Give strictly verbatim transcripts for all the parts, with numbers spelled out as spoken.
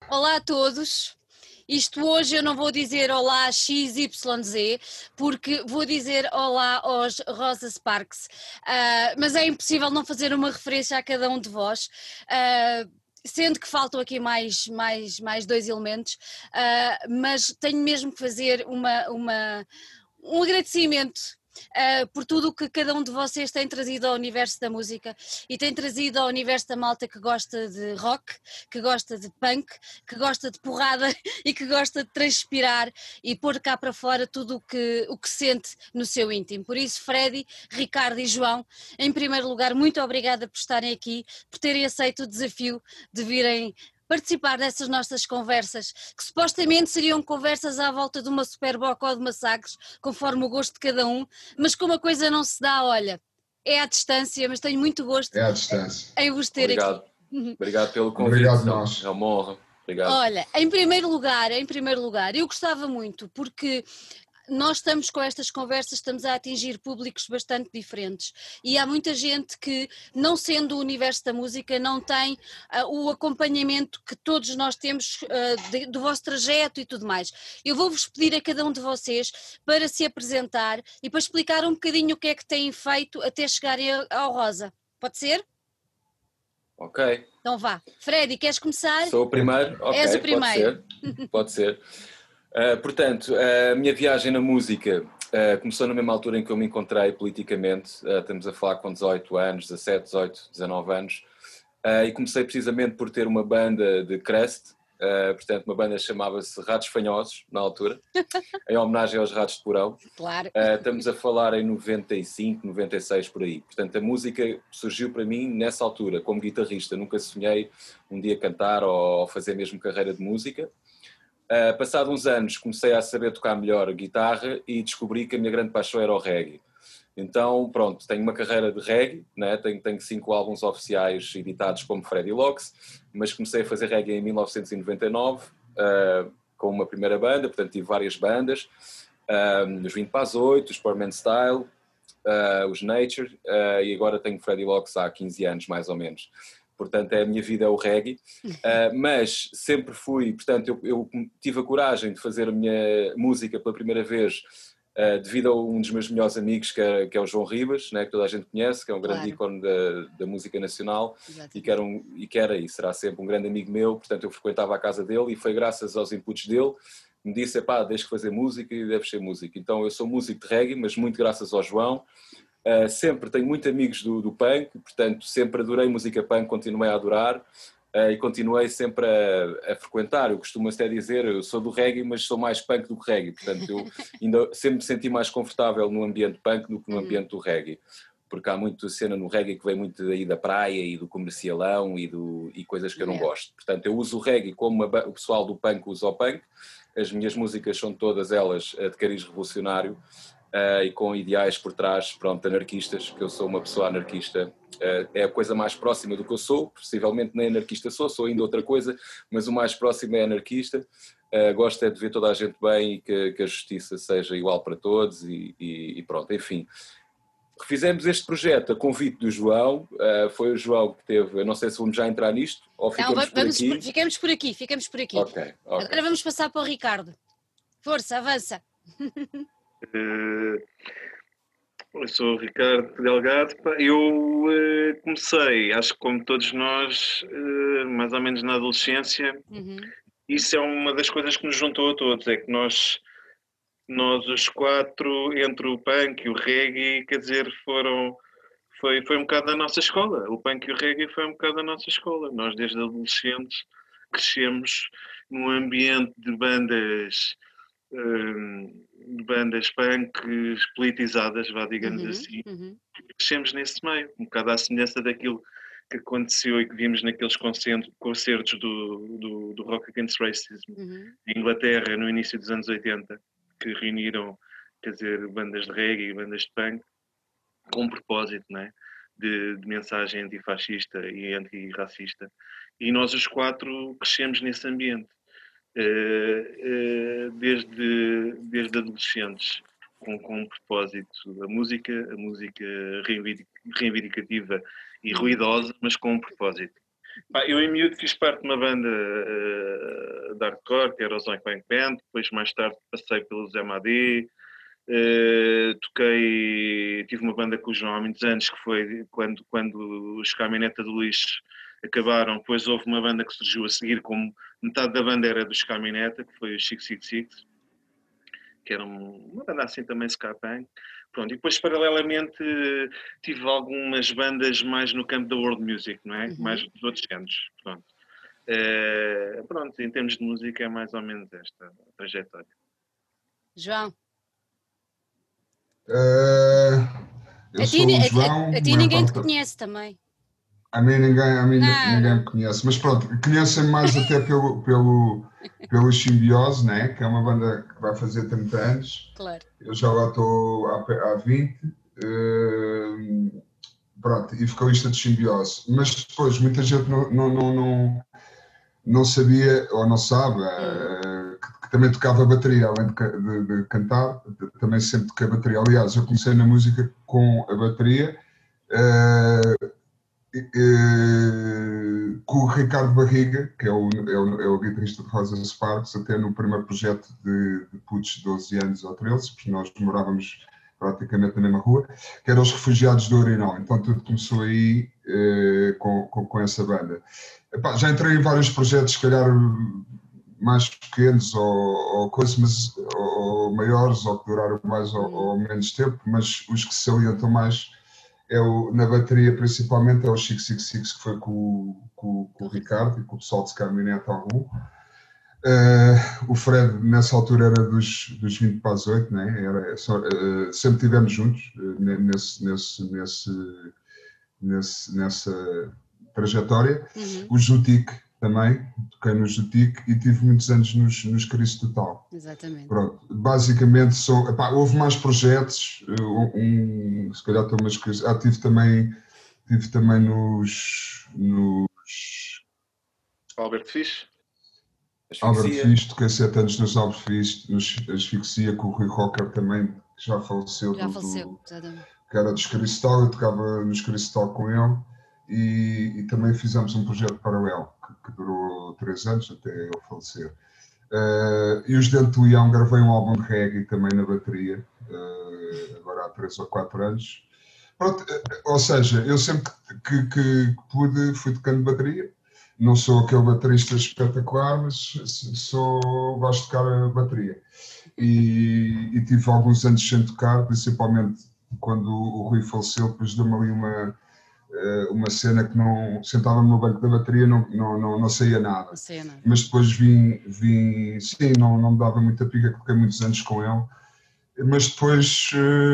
Olá a todos. Isto hoje eu não vou dizer olá X Y Z, porque vou dizer olá aos Rosa Sparks, uh, mas é impossível não fazer uma referência a cada um de vós, uh, sendo que faltam aqui mais, mais, mais dois elementos, uh, mas tenho mesmo que fazer uma, uma, um agradecimento Uh, por tudo o que cada um de vocês tem trazido ao universo da música e tem trazido ao universo da malta que gosta de rock, que gosta de punk, que gosta de porrada e que gosta de transpirar e pôr cá para fora tudo o que, o que sente no seu íntimo. Por isso, Freddy, Ricardo e João, em primeiro lugar, muito obrigada por estarem aqui, por terem aceito o desafio de virem participar dessas nossas conversas, que supostamente seriam conversas à volta de uma Superboc ou de uma Sagres, conforme o gosto de cada um, mas como a coisa não se dá, olha, é à distância, mas tenho muito gosto é à distância. em vos ter Obrigado. aqui. Obrigado pelo convite. Obrigado nós. É uma honra. Obrigado. Olha, em primeiro lugar, em primeiro lugar, eu gostava muito, porque nós estamos com estas conversas, estamos a atingir públicos bastante diferentes e há muita gente que, não sendo o universo da música, não tem uh, o acompanhamento que todos nós temos uh, de, do vosso trajeto e tudo mais. Eu vou-vos pedir a cada um de vocês para se apresentar e para explicar um bocadinho o que é que têm feito até chegarem ao Rosa. Pode ser? Ok. Então vá. Freddy, queres começar? Sou o primeiro? Ok, És o primeiro. Pode ser. Pode ser. Uh, portanto, a minha viagem na música uh, começou na mesma altura em que eu me encontrei politicamente. Uh, estamos a falar com dezoito anos, dezassete, dezoito, dezanove anos. Uh, e comecei precisamente por ter uma banda de crust. Uh, portanto, uma banda chamava-se Ratos Fanhosos, na altura, em homenagem aos Ratos de Porão. Claro. Uh, estamos a falar em noventa e cinco, noventa e seis, por aí. Portanto, a música surgiu para mim nessa altura, como guitarrista. Nunca sonhei um dia cantar ou fazer mesmo carreira de música. Uh, passado uns anos comecei a saber tocar melhor guitarra e descobri que a minha grande paixão era o reggae. Então, pronto, tenho uma carreira de reggae, né? tenho, tenho cinco álbuns oficiais editados como Freddie Locks, mas comecei a fazer reggae em mil novecentos e noventa e nove, uh, com uma primeira banda, portanto tive várias bandas, uh, os vinte para as oito, os Poorman Style, uh, os Nature, uh, e agora tenho Freddie Locks há quinze anos, mais ou menos. Portanto, é a minha vida é o reggae, uh, mas sempre fui, portanto, eu, eu tive a coragem de fazer a minha música pela primeira vez uh, devido a um dos meus melhores amigos, que é, que é o João Ribas, né, que toda a gente conhece, que é um grande Claro. ícone da, da música nacional, e que, era um, e que era e será sempre um grande amigo meu. Portanto, eu frequentava a casa dele e foi graças aos inputs dele que me disse, pá, deixa de fazer música e deves ser músico. Então, eu sou músico de reggae, mas muito graças ao João. Uh, sempre tenho muitos amigos do, do punk, portanto sempre adorei música punk, continuei a adorar uh, e continuei sempre a, a frequentar. Eu costumo até dizer, eu sou do reggae, mas sou mais punk do que reggae, portanto eu ainda sempre me senti mais confortável no ambiente punk do que no ambiente do reggae, porque há muita cena no reggae que vem muito daí da praia e do comercialão e, do, e coisas que eu não Yeah. gosto. Portanto eu uso o reggae como a, o pessoal do punk usa o punk. As minhas músicas são todas elas de cariz revolucionário. Uh, e com ideais por trás, pronto, anarquistas, que eu sou uma pessoa anarquista, uh, é a coisa mais próxima do que eu sou, possivelmente nem anarquista sou, sou ainda outra coisa, mas o mais próximo é anarquista. Uh, gosto é de ver toda a gente bem e que, que a justiça seja igual para todos e, e, e pronto, enfim. Fizemos este projeto a convite do João, uh, foi o João que teve, eu não sei se vamos já entrar nisto ou ficamos Não, por vamos, aqui. ficamos por aqui, ficamos por aqui. Ok, ok. Agora vamos passar para o Ricardo. Força, avança. Uh, eu sou o Ricardo Delgado. Pá, eu uh, comecei, acho que como todos nós, uh, mais ou menos na adolescência. Uhum. Isso é uma das coisas que nos juntou a todos, é que nós, nós os quatro, entre o punk e o reggae, quer dizer, foram, foi, foi um bocado da nossa escola. O punk e o reggae foi um bocado da nossa escola. Nós, desde adolescentes, crescemos num ambiente de bandas... Um, de bandas punk politizadas, vá, digamos Uhum, assim, uhum. crescemos nesse meio, um bocado à semelhança daquilo que aconteceu e que vimos naqueles concertos do, do, do Rock Against Racism Uhum. em Inglaterra no início dos anos oitenta, que reuniram, quer dizer, bandas de reggae e bandas de punk com um propósito, não é? de, de mensagem antifascista e antirracista, e nós os quatro crescemos nesse ambiente. Desde, desde adolescentes, com, com um propósito. A música, a música reivindicativa e ruidosa, mas com um propósito. Eu, em miúdo, fiz parte de uma banda hardcore, que era o Zoink Bank Band, depois mais tarde passei pelo Zé Madi, uh, toquei, tive uma banda com o João há muitos anos, que foi quando, quando os Caminhoneta do Lixo acabaram, depois houve uma banda que surgiu a seguir, como metade da banda era dos Caminhoneta, que foi o Chic Six Six, que era uma banda assim também ska punk. Pronto, e depois paralelamente tive algumas bandas mais no campo da world music, não é? Uhum. Mais dos outros géneros, pronto. Uh, pronto, em termos de música é mais ou menos esta trajetória. João? Uh, eu a sou ti, o João. A, a, a ti ninguém te conhece também. A mim ninguém, a mim ninguém me conhece, mas pronto, conhecem mais até pelo, pelo, pelo Simbiose, né? Que é uma banda que vai fazer trinta anos. Claro. Eu já lá estou há, há vinte. Uh, pronto, e vocalista de Simbiose. Mas depois muita gente não, não, não, não, não sabia, ou não sabe, uh, que, que também tocava bateria, além de, de, de cantar, também sempre toquei bateria. Aliás, eu comecei na música com a bateria, uh, uh, com o Ricardo Barriga, que é o, é o, é o guitarrista de Rosa Sparks, até no primeiro projeto de, de putos de doze anos ou treze, porque nós morávamos praticamente na mesma rua, que eram os Refugiados do Urinol. Então tudo começou aí eh, com, com, com essa banda. Epá, já entrei em vários projetos, se calhar mais pequenos ou, ou coisas, mas, ou maiores, ou que duraram mais ou, ou menos tempo, mas os que se salientam mais é o, na bateria principalmente é o Chic Six Six, que foi com, com, com o Ricardo e com o pessoal de Caminhoneta algum. Uh, o Fred nessa altura era dos, dos vinte para as oito, né? Era, só, uh, sempre estivemos juntos uh, nesse, nesse, nesse, nesse, nessa trajetória. Uhum. O Jutic também, toquei no Jutic e tive muitos anos nos, nos Cristo Total. Exatamente. Pronto, basicamente são, epá, houve mais projetos, um, um, se calhar estou a esquecer, ah, tive também, tive também nos, nos... Alberto Fish. Albert Fish, toquei sete anos nos Albert Fish, nos Asfixia, com o Rui Rocker também, que já faleceu. Já do, faleceu, exatamente. Que era dos Cristal, eu tocava nos Cristal com ele e, e também fizemos um projeto paralelo, que, que durou três anos até ele falecer. Uh, e os Dentro do Leão, gravei um álbum de reggae também na bateria, uh, agora há três ou quatro anos. Pronto, uh, ou seja, eu sempre que, que, que pude fui tocando bateria. Não sou aquele baterista espetacular, mas sou, gosto de tocar a bateria. E, e tive alguns anos sem tocar, principalmente quando o Rui faleceu, depois deu-me ali uma, uma cena que não, sentava-me no banco da bateria, não, não, não, não saía nada. Não saía nada. Mas depois vim, vim sim, não, não me dava muita pica, porque fiquei muitos anos com ele. Mas depois,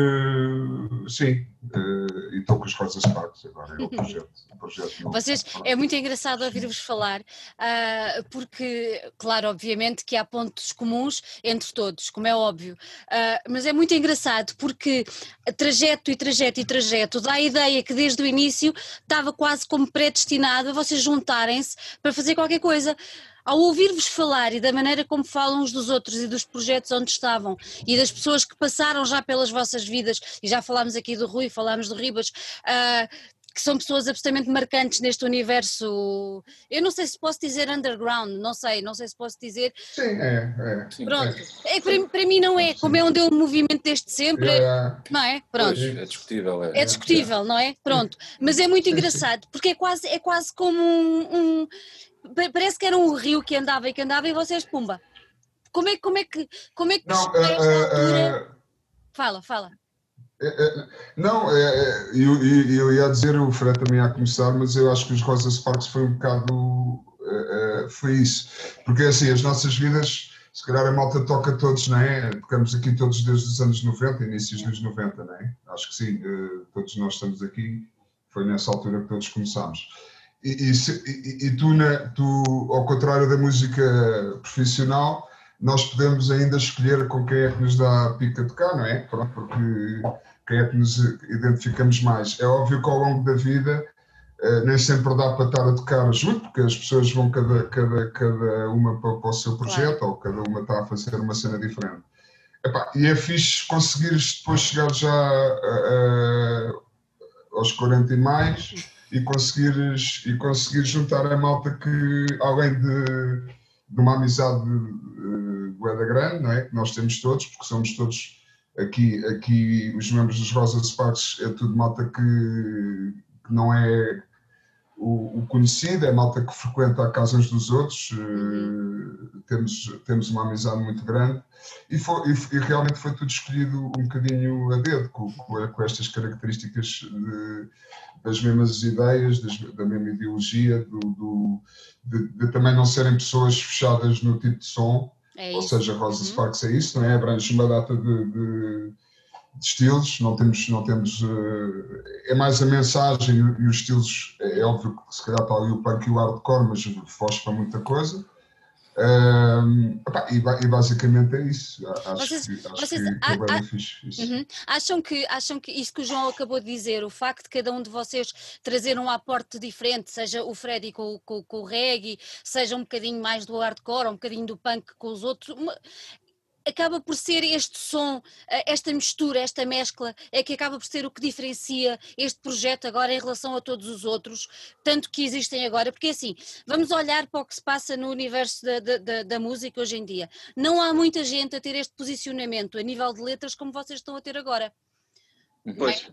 uh, sim, uh, e estou com os Rosa Sparks agora, é o projeto. O projeto não, Vocês, é muito engraçado ouvir-vos falar, uh, porque, claro, obviamente que há pontos comuns entre todos, como é óbvio, uh, mas é muito engraçado porque trajeto e trajeto e trajeto dá a ideia que desde o início estava quase como predestinado a vocês juntarem-se para fazer qualquer coisa. Ao ouvir-vos falar e da maneira como falam uns dos outros e dos projetos onde estavam e das pessoas que passaram já pelas vossas vidas, e já falámos aqui do Rui, falámos do Ribas, uh, que são pessoas absolutamente marcantes neste universo, eu não sei se posso dizer underground, não sei, não sei se posso dizer... Sim, é, é. Pronto, é. É, para, para mim não é, como é onde eu um movimento desde sempre, é, é. Não é? Pronto. É discutível, é. É discutível, não é? Pronto, mas é muito engraçado, porque é quase, é quase como um... um parece que era um rio que andava e que andava e vocês, pumba. Como é, como é que, como é que não, uh, esta uh, altura... Uh, fala, fala. É, é, não, é, eu, eu ia dizer, o Fred também ia começar, mas eu acho que os Rosa Sparks foi um bocado, uh, foi isso. Porque assim, as nossas vidas, se calhar a malta toca todos, não é? Tocamos aqui todos desde os anos noventa, inícios dos anos noventa, não é? Acho que sim, uh, todos nós estamos aqui, foi nessa altura que todos começámos. E, e, e, e tu, né, tu, ao contrário da música profissional, nós podemos ainda escolher com quem é que nos dá a pica de tocar, não é? Pronto, porque quem é que nos identificamos mais. É óbvio que ao longo da vida nem sempre dá para estar a tocar junto, porque as pessoas vão cada, cada, cada uma para, para o seu projeto, claro. Ou cada uma está a fazer uma cena diferente. Epá, e é fixe conseguires depois chegar já a, a, aos quarenta e mais... E conseguires, e conseguires juntar a malta que, além de, de uma amizade uh, bué da grande, não é? Que nós temos todos, porque somos todos aqui, aqui os membros dos Rosa Sparks, é tudo malta que, que não é o, o conhecido, é malta que frequenta a casa uns dos outros, uhum. uh, temos, temos uma amizade muito grande e, foi, e, e realmente foi tudo escolhido um bocadinho a dedo, com, com, com estas características de, das mesmas ideias, das, da mesma ideologia, do, do, de, de também não serem pessoas fechadas no tipo de som, é ou seja, Rosa uhum. Sparks é isso, não é? Abrange uma data de, de, de estilos, não temos, não temos uh, é mais a mensagem e, e os estilos, é, é óbvio que se calhar está ali o punk e o hardcore, mas foge para muita coisa. Um, opa, e, e basicamente é isso. Acho vocês, que, acho vocês, que, que é bem fixe isso. Uhum. Acham, que, acham que isso que o João acabou de dizer, o facto de cada um de vocês trazer um aporte diferente, seja o Freddy com, com, com o reggae, seja um bocadinho mais do hardcore, um bocadinho do punk com os outros, uma, acaba por ser este som, esta mistura, esta mescla, é que acaba por ser o que diferencia este projeto agora em relação a todos os outros, tanto que existem agora, porque assim, vamos olhar para o que se passa no universo da, da, da música hoje em dia. Não há muita gente a ter este posicionamento a nível de letras como vocês estão a ter agora. Pois.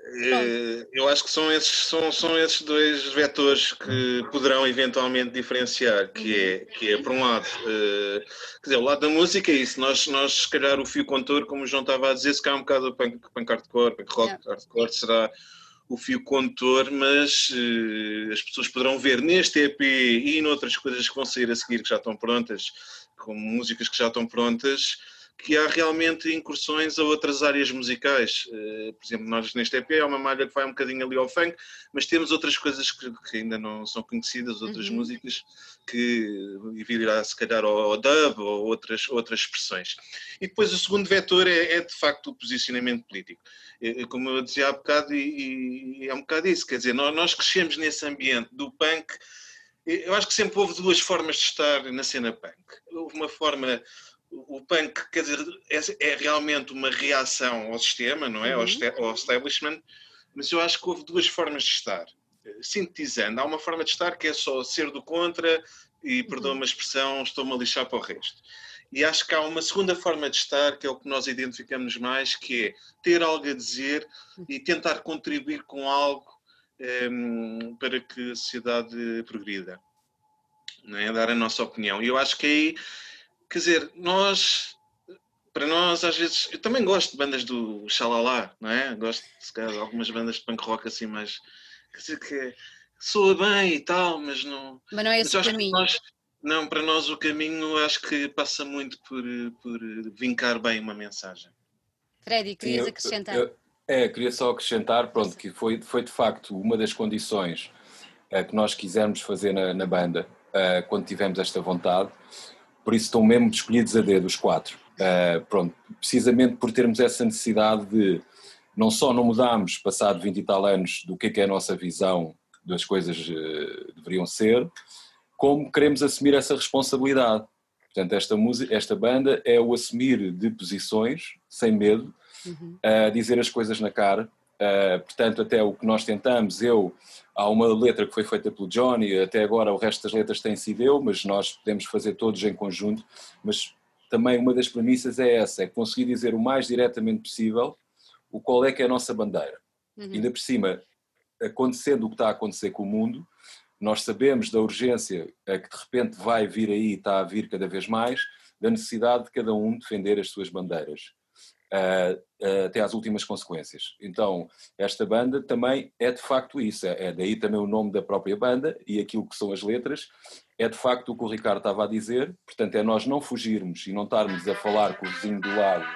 É? Eu acho que são esses, são, são esses dois vetores que poderão eventualmente diferenciar, que é, que é por um lado, uh, quer dizer, o lado da música é isso, nós, nós se calhar o fio condutor, como o João estava a dizer, se calhar um bocado o punk, punk hardcore, punk rock, yeah. hardcore será o fio condutor, mas uh, as pessoas poderão ver neste E P e noutras coisas que vão sair a seguir que já estão prontas, como músicas que já estão prontas, que há realmente incursões a outras áreas musicais. Por exemplo, nós neste E P é uma malha que vai um bocadinho ali ao funk, mas temos outras coisas que, que ainda não são conhecidas, outras uhum. músicas que virá se calhar ao dub ou outras, outras expressões. E depois o segundo vetor é, é de facto o posicionamento político. Como eu dizia há bocado, e, e é um bocado isso, quer dizer, nós, nós crescemos nesse ambiente do punk. Eu acho que sempre houve duas formas de estar na cena punk. Houve uma forma... O punk, quer dizer, é, é realmente uma reação ao sistema, não é? Uhum. Ao, ao establishment, mas eu acho que houve duas formas de estar. Sintetizando, há uma forma de estar que é só ser do contra e, uhum. perdoa-me a expressão, estou-me a lixar para o resto. E acho que há uma segunda forma de estar, que é o que nós identificamos mais, que é ter algo a dizer e tentar contribuir com algo um, para que a sociedade progrida. Não é? Dar a nossa opinião. E eu acho que aí... Quer dizer, nós, para nós, às vezes, eu também gosto de bandas do Xalala, não é? Gosto se calhar, de algumas bandas de punk rock assim, mas quer dizer que soa bem e tal, mas não. Mas não é esse o caminho. Nós, não, para nós o caminho acho que passa muito por, por vincar bem uma mensagem. Freddy, querias Sim, eu, acrescentar? Eu, é, queria só acrescentar, pronto, que foi, foi de facto uma das condições uh, que nós quisemos fazer na, na banda uh, quando tivemos esta vontade. Por isso estão mesmo escolhidos a dedo os quatro. Uh, pronto, precisamente por termos essa necessidade de não só não mudarmos, passado vinte e tal anos, do que é, que é a nossa visão das coisas uh, deveriam ser, como queremos assumir essa responsabilidade. Portanto, esta, música, esta banda é o assumir de posições, sem medo, uhum. uh, dizer as coisas na cara. Uh, portanto, até o que nós tentamos, eu, há uma letra que foi feita pelo Johnny, até agora o resto das letras tem sido eu, mas nós podemos fazer todos em conjunto, mas também uma das premissas é essa, é conseguir dizer o mais diretamente possível o qual é que é a nossa bandeira. Uhum. Ainda por cima, acontecendo o que está a acontecer com o mundo, nós sabemos da urgência que de repente vai vir aí, está a vir cada vez mais, da necessidade de cada um defender as suas bandeiras. Uh, uh, até às últimas consequências. Então, esta banda também é de facto isso, é, é daí também o nome da própria banda e aquilo que são as letras, é de facto o que o Ricardo estava a dizer, portanto é nós não fugirmos e não estarmos a falar com o vizinho do lado,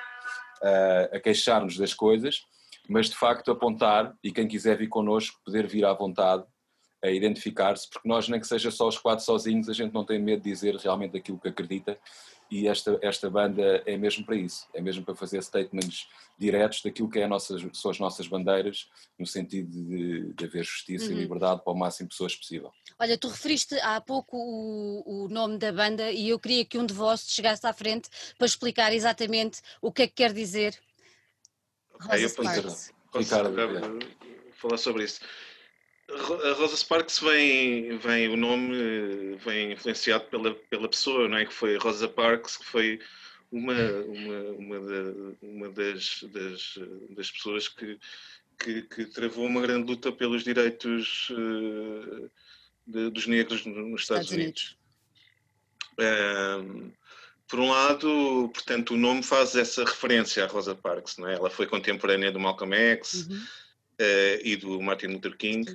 uh, a queixar-nos das coisas, mas de facto apontar e quem quiser vir connosco poder vir à vontade a identificar-se, porque nós nem que seja só os quatro sozinhos, a gente não tem medo de dizer realmente aquilo que acredita. E esta, esta banda é mesmo para isso, é mesmo para fazer statements diretos daquilo que é a nossas, são as nossas bandeiras, no sentido de, de haver justiça uhum. e liberdade para o máximo de pessoas possível. Olha, tu referiste há pouco o, o nome da banda e eu queria que um de vós chegasse à frente para explicar exatamente o que é que quer dizer Rosa okay, Sparks. Posso, posso falar sobre isso. A Rosa Sparks vem, vem o nome vem influenciado pela, pela pessoa, não é? Que foi a Rosa Parks, que foi uma, uma, uma, da, uma das, das, das pessoas que, que, que travou uma grande luta pelos direitos uh, de, dos negros nos Estados, Estados Unidos. Unidos. Um, por um lado, portanto, o nome faz essa referência à Rosa Parks, não é? Ela foi contemporânea do Malcolm X uhum. uh, e do Martin Luther King. Sim.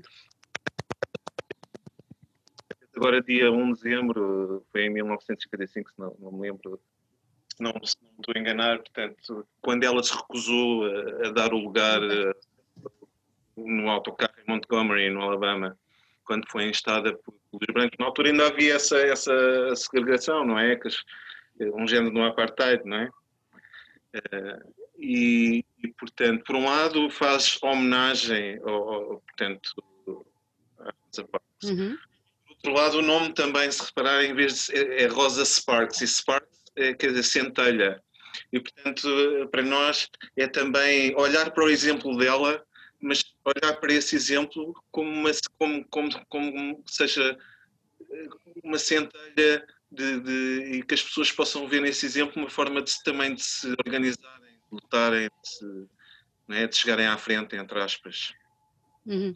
Agora, dia um de dezembro, foi em mil novecentos e cinquenta e cinco, se não, não me lembro, se não, se não estou a enganar, portanto, quando ela se recusou a, a dar o lugar a, no autocarro em Montgomery, no Alabama, quando foi instada pelos brancos, na altura ainda havia essa, essa segregação, não é? Que, um género de um apartheid, não é? Uh, e, e, portanto, por um lado, faz homenagem ao, ao portanto, à Rosa Parks. Uhum. Por outro lado, o nome também, se reparar, em vez de é, é Rosa Sparks, e Sparks é, quer dizer, centelha. E, portanto, para nós é também olhar para o exemplo dela, mas olhar para esse exemplo como, uma, como, como, como seja uma centelha de, de, e que as pessoas possam ver nesse exemplo uma forma de também de se organizarem, de lutarem, de, se, não é, de chegarem à frente, entre aspas. Uhum.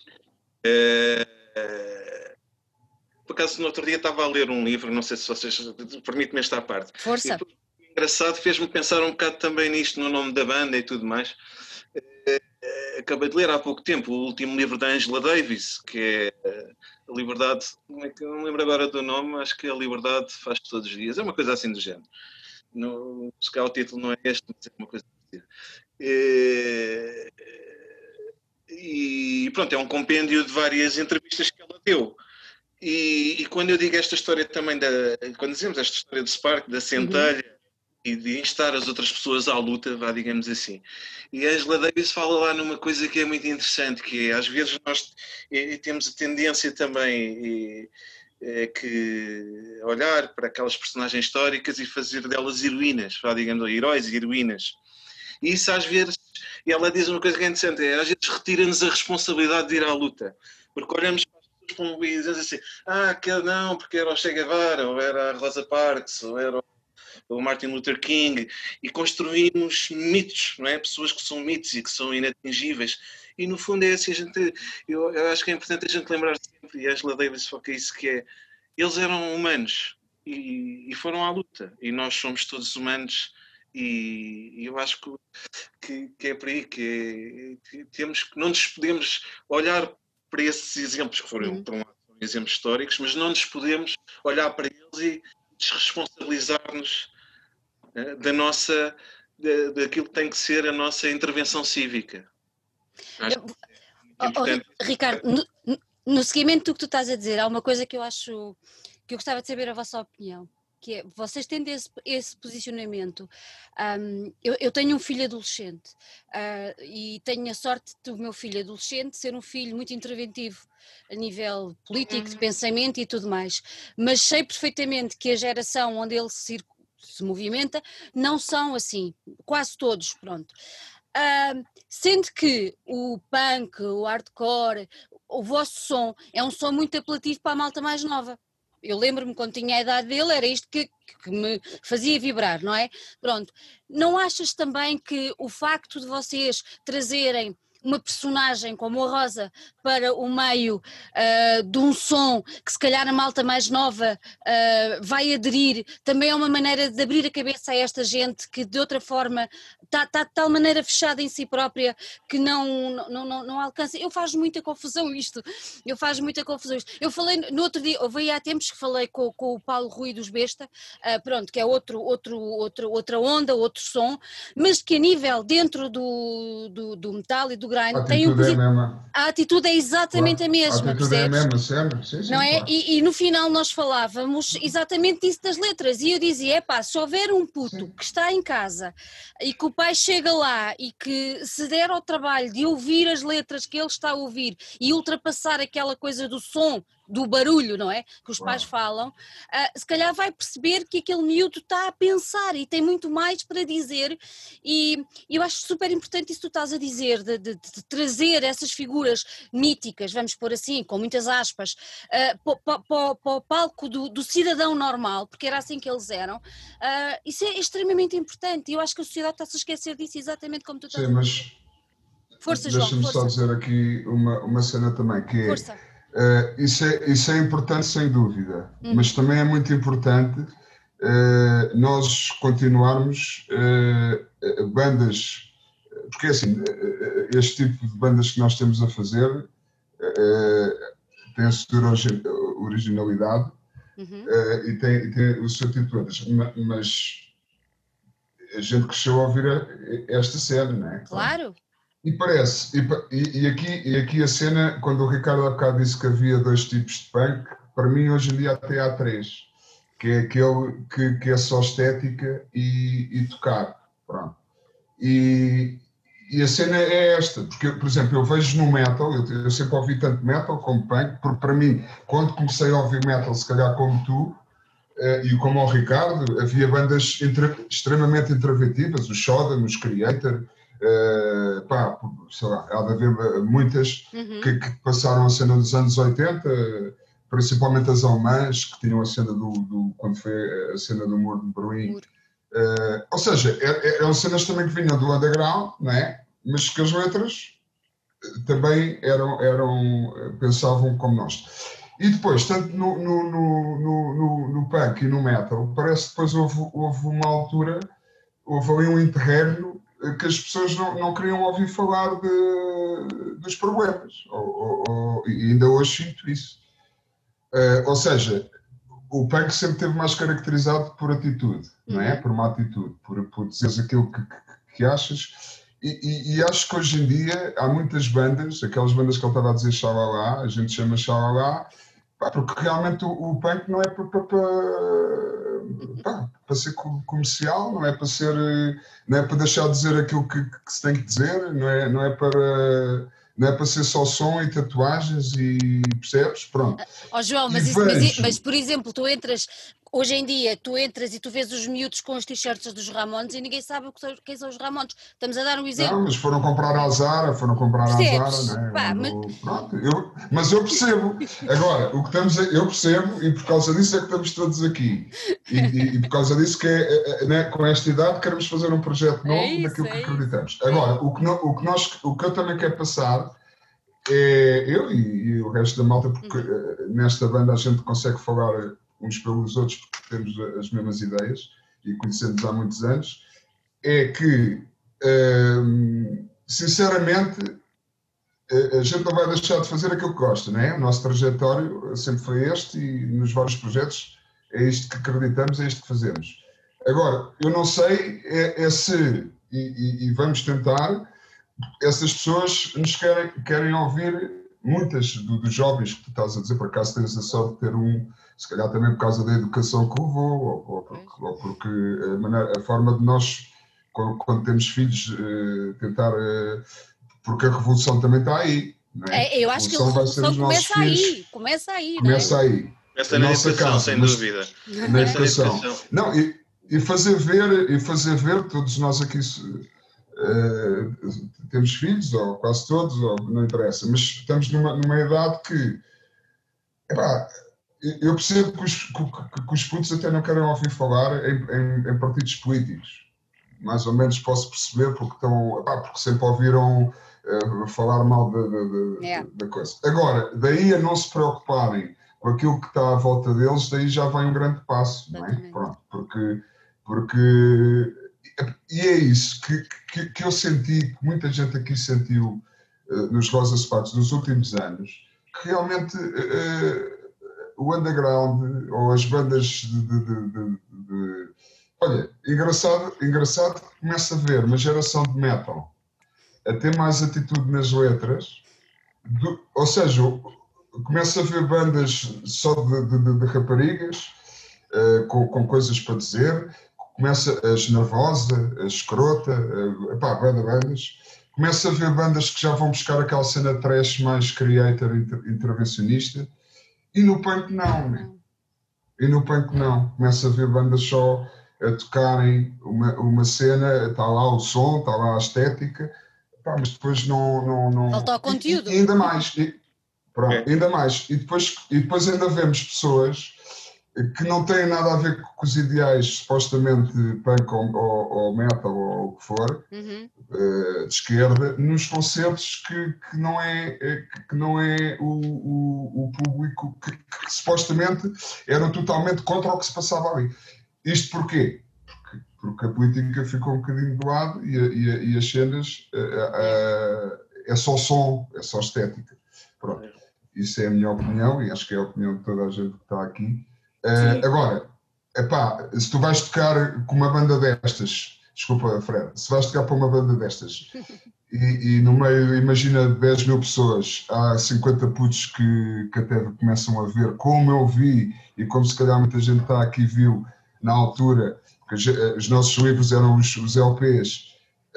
É, por acaso, no outro dia estava a ler um livro, não sei se vocês permitem-me esta parte. Força! E, engraçado, fez-me pensar um bocado também nisto, no nome da banda e tudo mais. Acabei de ler há pouco tempo o último livro da Angela Davis, que é A Liberdade, como é que eu não me lembro agora do nome, acho que a Liberdade faz todos os dias, é uma coisa assim do género. No, se calhar o título não é este, mas é uma coisa parecida. E, e pronto, é um compêndio de várias entrevistas que ela deu. E, e quando eu digo esta história também, da, quando dizemos esta história do Spark, da centelha, uhum. e de instar as outras pessoas à luta, vá, digamos assim. E a Angela Davis fala lá numa coisa que é muito interessante, que é, às vezes nós e, e temos a tendência também e, é, que olhar para aquelas personagens históricas e fazer delas heroínas, vá, digamos, heróis e heroínas. E isso às vezes, e ela diz uma coisa que é interessante, é, às vezes retira-nos a responsabilidade de ir à luta, porque olhamos para as pessoas e dizemos assim, ah, que não, porque era o Che Guevara, ou era a Rosa Parks, ou era o Martin Luther King, e construímos mitos, não é? Pessoas que são mitos e que são inatingíveis. E no fundo é assim, a gente, eu, eu acho que é importante a gente lembrar sempre, e a Angela Davis foca isso, que é, eles eram humanos e, e foram à luta, e nós somos todos humanos, e, e eu acho que, que, que é por aí, que, é, que temos, que não nos podemos olhar para esses exemplos, que foram, uhum. por um lado, exemplos históricos, mas não nos podemos olhar para eles e desresponsabilizar-nos da nossa, da, daquilo que tem que ser a nossa intervenção cívica. Acho que é importante. Oh, Ricardo, no, no seguimento do que tu estás a dizer, há uma coisa que eu acho, que eu gostava de saber a vossa opinião, que é, vocês tendo esse, esse posicionamento, um, eu, eu tenho um filho adolescente uh, e tenho a sorte do meu filho adolescente ser um filho muito interventivo a nível político, uhum. de pensamento e tudo mais, mas sei perfeitamente que a geração onde ele se, se movimenta não são assim, quase todos, pronto. Uh, sendo que o punk, o hardcore, o vosso som é um som muito apelativo para a malta mais nova. Eu lembro-me quando tinha a idade dele, era isto que, que me fazia vibrar, não é? Pronto, não achas também que o facto de vocês trazerem uma personagem como a Rosa para o meio uh, de um som que se calhar a malta mais nova uh, vai aderir, também é uma maneira de abrir a cabeça a esta gente que de outra forma está tá de tal maneira fechada em si própria que não, não, não, não alcança. Eu faz muita confusão isto, eu faz muita confusão isto. Eu falei no outro dia, houve há tempos que falei com, com o Paulo Rui dos Besta, uh, pronto, que é outro, outro, outro, outra onda, outro som, mas que a nível dentro do, do, do metal e do grind a tem um atitude é a mesma. A atitude é exatamente claro. a mesma, a atitude percebes? É a mesma, sempre. Sim, sim, não é? Claro. E, e no final nós falávamos exatamente disso das letras e eu dizia, epá, se houver um puto sim. que está em casa e que o pai chega lá e que se der ao trabalho de ouvir as letras que ele está a ouvir e ultrapassar aquela coisa do som do barulho, não é? Que os pais falam, uh, se calhar vai perceber que aquele miúdo está a pensar e tem muito mais para dizer, e eu acho super importante isso que tu estás a dizer, de, de, de trazer essas figuras míticas, vamos pôr assim, com muitas aspas, uh, para, para, para o palco do, do cidadão normal, porque era assim que eles eram. Uh, isso é extremamente importante, e eu acho que a sociedade está-se a esquecer disso, exatamente como tu estás Sim, a mas dizer. Força, João, deixa-me só dizer aqui uma, uma cena também, que é, Força. uh, isso é, isso é importante sem dúvida, Uhum. mas também é muito importante uh, nós continuarmos uh, bandas, porque assim, este tipo de bandas que nós temos a fazer uh, tem a sua originalidade, uhum. uh, e, tem, e tem o seu tipo de bandas, mas a gente cresceu a ouvir esta cena, não é? Claro. E parece, e, e, aqui, e aqui a cena, quando o Ricardo há bocado disse que havia dois tipos de punk, para mim hoje em dia até há três, que é aquele que, que é só estética e, e tocar, pronto. E, e a cena é esta, porque, por exemplo, eu vejo no metal, eu, eu sempre ouvi tanto metal como punk, porque para mim, quando comecei a ouvir metal, se calhar como tu, Uh, e como o Ricardo, havia bandas intra, extremamente interventivas, o Shodan, os Creator, uh, pá, sei lá, há de haver muitas uhum. que, que passaram a cena dos anos oitenta, principalmente as alemãs, que tinham a cena do, do quando foi a cena do Muro de Berlim. Uh, ou seja, eram cenas também que vinham do underground, não é? Mas que as letras também eram, eram, pensavam como nós. E depois, tanto no, no, no, no, no punk e no metal, parece que depois houve, houve uma altura, houve ali um interregno que as pessoas não, não queriam ouvir falar de, dos problemas. Ou, ou, e ainda hoje sinto isso. Uh, ou seja, o punk sempre teve mais caracterizado por atitude, uhum. não é? Por uma atitude, por, por dizeres aquilo que, que, que achas. E, e, e acho que hoje em dia há muitas bandas, aquelas bandas que ele estava a dizer xalala, a gente chama xalala, porque realmente o, o punk não é para, para, para, para ser comercial, não é para ser, não é para deixar de dizer aquilo que, que se tem que dizer, não é, não é para não é para ser só som e tatuagens e percebes? Pronto. Oh, João, mas, isso, mas, mas por exemplo, tu entras, hoje em dia, tu entras e tu vês os miúdos com os t-shirts dos Ramones e ninguém sabe quem são os Ramones. Estamos a dar um exemplo. Não, mas foram comprar a Zara, foram comprar Percebes? a Zara, né? Pá, no, mas... Pronto, eu, mas eu percebo. Agora, o que estamos a, eu percebo e por causa disso é que estamos todos aqui. E, e, e por causa disso que é, né, com esta idade queremos fazer um projeto novo é isso, daquilo é que acreditamos. Isso. Agora, o que, não, o, que nós, o que eu também quero passar é, eu e, e o resto da malta, porque uhum. nesta banda a gente consegue falar uns pelos outros porque temos as mesmas ideias e conhecemos há muitos anos, é que, hum, sinceramente, a gente não vai deixar de fazer aquilo que gosta, não é? O nosso trajetório sempre foi este e nos vários projetos é isto que acreditamos, é isto que fazemos. Agora, eu não sei é, é se, e, e, e vamos tentar, essas pessoas nos querem, querem ouvir, muitas do, dos jovens que tu estás a dizer, por acaso tens a sorte de ter um, se calhar também por causa da educação que levou, ou, ou, porque, ou porque a, maneira, a forma de nós, quando, quando temos filhos, uh, tentar, uh, porque a revolução também está aí. Não é? É, eu acho que a revolução começa aí, filhos, começa aí. Começa não é? aí. Essa na educação, casa, sem dúvida. Na educação. Não, e, e, fazer ver, e fazer ver, todos nós aqui uh, temos filhos, ou quase todos, ou não interessa, mas estamos numa, numa idade que, epá, eu percebo que os, que, que os putos até não querem ouvir falar em, em, em partidos políticos. Mais ou menos posso perceber, porque, estão, epá, porque sempre ouviram uh, falar mal da, da, yeah. da coisa. Agora, daí a não se preocuparem com aquilo que está à volta deles, daí já vai um grande passo, não é? Pronto, porque, porque e é isso que, que, que eu senti, que muita gente aqui sentiu uh, nos Rosa Sparks nos últimos anos, que realmente uh, o underground ou as bandas de, de, de, de, de... Olha, engraçado, engraçado que começa a ver uma geração de metal a ter mais atitude nas letras, do, ou seja, começa a ver bandas só de, de, de raparigas, uh, com, com coisas para dizer, começa a Genervosa, a Escrota, uh, epá, banda bandas, começa a ver bandas que já vão buscar aquela cena trash mais creator, inter, intervencionista, E no punk não, né? E no punk não. Começa a ver bandas só a tocarem uma, uma cena, está lá o som, está lá a estética, pá, mas depois não... não, não... Falta o conteúdo. E, e ainda mais, e, pronto, ainda mais. E depois, e depois ainda vemos pessoas que não têm nada a ver com os ideais supostamente punk ou, ou, ou metal ou o que for, Uhum. uh, de esquerda, nos concertos que, que não é, que não é o, o, o público que, que supostamente eram totalmente contra o que se passava ali. Isto porquê? Porque, porque a política ficou um bocadinho do lado e, a, e, a, e as cenas uh, uh, é só som, é só estética. Pronto. Isso é a minha opinião e acho que é a opinião de toda a gente que está aqui. Uh, agora, epá, se tu vais tocar com uma banda destas, desculpa Fred, se vais tocar para uma banda destas e, e no meio, imagina dez mil pessoas, há cinquenta putos que, que até começam a ver como eu vi e como se calhar muita gente está aqui viu na altura, porque os nossos livros eram os, os L Ps,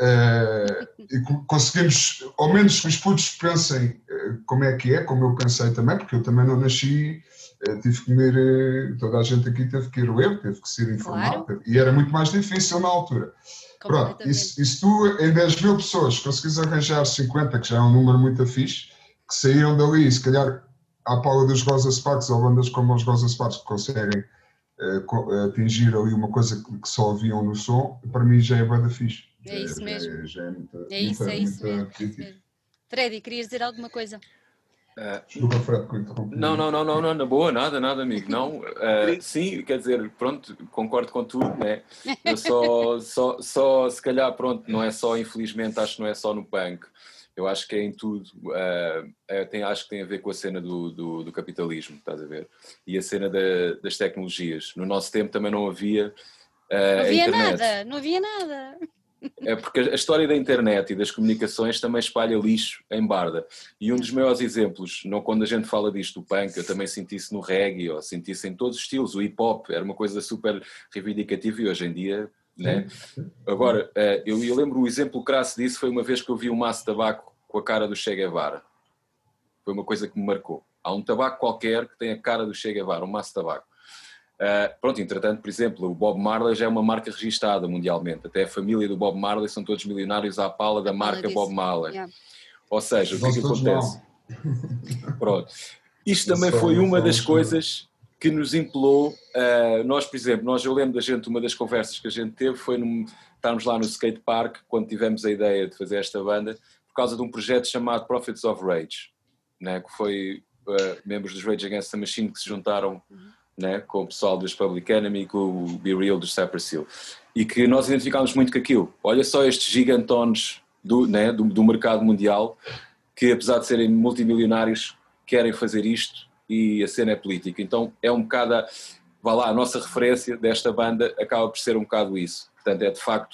uh, e conseguimos, ao menos que os putos pensem uh, como é que é, como eu pensei também, porque eu também não nasci. Uh, tive que ir, uh, toda a gente aqui teve que ir ler, teve que ser informado, claro. E era muito mais difícil na altura. Pronto, e se, e se tu em dez mil pessoas conseguires arranjar cinquenta, que já é um número muito fixe, que saíram dali, e se calhar à pala dos Rosa Sparks ou bandas como os Rosa Sparks que conseguem uh, atingir ali uma coisa que, que só ouviam no som, para mim já é banda fixe. É isso já, mesmo. Já é, já é, muita, é isso, muita, é isso muita mesmo. Freddy, querias dizer alguma coisa? Uh, Desculpa, Fred, que eu interrompi. Não, não, não, não, não, na boa, nada, nada, amigo, não. Uh, sim, quer dizer, pronto, concordo com tudo, né? Eu só, só, só, se calhar, pronto, não é só, infelizmente, acho que não é só no punk. Eu acho que é em tudo. Uh, é, tem, acho que tem a ver com a cena do, do, do capitalismo, estás a ver? E a cena da, das tecnologias. No nosso tempo também não havia uh, Não havia a internet. nada, não havia nada. É porque a história da internet e das comunicações também espalha lixo em barda. E um dos maiores exemplos, não, quando a gente fala disto do punk, eu também senti isso no reggae, ou senti isso em todos os estilos. O hip-hop era uma coisa super reivindicativa e hoje em dia, né? Agora, eu, eu lembro o exemplo crasso disso foi uma vez que eu vi um maço de tabaco com a cara do Che Guevara. Foi uma coisa que me marcou. Há um tabaco qualquer que tem a cara do Che Guevara, um maço de tabaco. Uh, pronto, entretanto, por exemplo, o Bob Marley já é uma marca registada mundialmente. Até a família do Bob Marley são todos milionários à pala da marca Bob Marley. Yeah. Ou seja, o que é que acontece? Pronto. Isto também foi uma das coisas que nos impelou. Uh, nós, por exemplo, nós, eu lembro da gente, uma das conversas que a gente teve foi num, estarmos lá no skate park, quando tivemos a ideia de fazer esta banda, por causa de um projeto chamado Prophets of Rage, né, que foi uh, membros dos Rage Against the Machine que se juntaram, né, com o pessoal dos Public Enemy, com o Be Real dos Cypress Hill, e que nós identificámos muito com aquilo. Olha só estes gigantones do, né, do, do mercado mundial, que apesar de serem multimilionários, querem fazer isto e a cena é política. Então é um bocado, a, vá lá, a nossa referência desta banda acaba por ser um bocado isso. Portanto é de facto,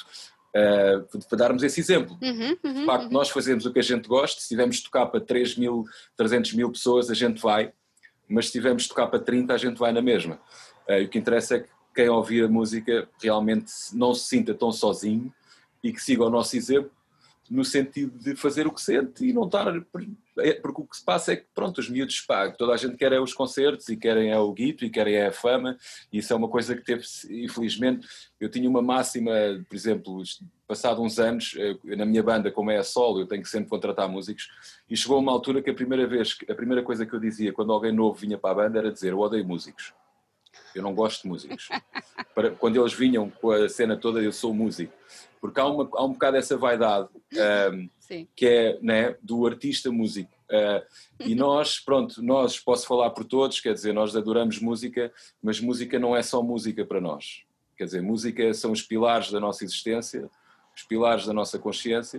uh, para darmos esse exemplo, uhum, uhum, de facto uhum. nós fazemos o que a gente gosta, se tivermos de tocar para três mil, trezentas mil pessoas a gente vai, mas se tivermos de tocar para trinta a gente vai na mesma. Uh, o que interessa é que quem ouvir a música realmente não se sinta tão sozinho e que siga o nosso exemplo no sentido de fazer o que sente e não estar... Porque o que se passa é que, pronto, os miúdos pagam. Toda a gente quer é os concertos e querem é o guito e querem é a fama, e isso é uma coisa que teve, infelizmente, eu tinha uma máxima, por exemplo, passado uns anos, na minha banda, como é a solo, eu tenho que sempre contratar músicos, e chegou uma altura que a primeira vez, a primeira coisa que eu dizia quando alguém novo vinha para a banda era dizer, eu odeio músicos. Eu não gosto de músicos. Para, quando eles vinham com a cena toda, eu sou músico. Porque há, uma, há um bocado essa vaidade um, que é, né, do artista músico. Uh, e nós, pronto, nós, posso falar por todos, quer dizer, nós adoramos música, mas música não é só música para nós. Quer dizer, música são os pilares da nossa existência, os pilares da nossa consciência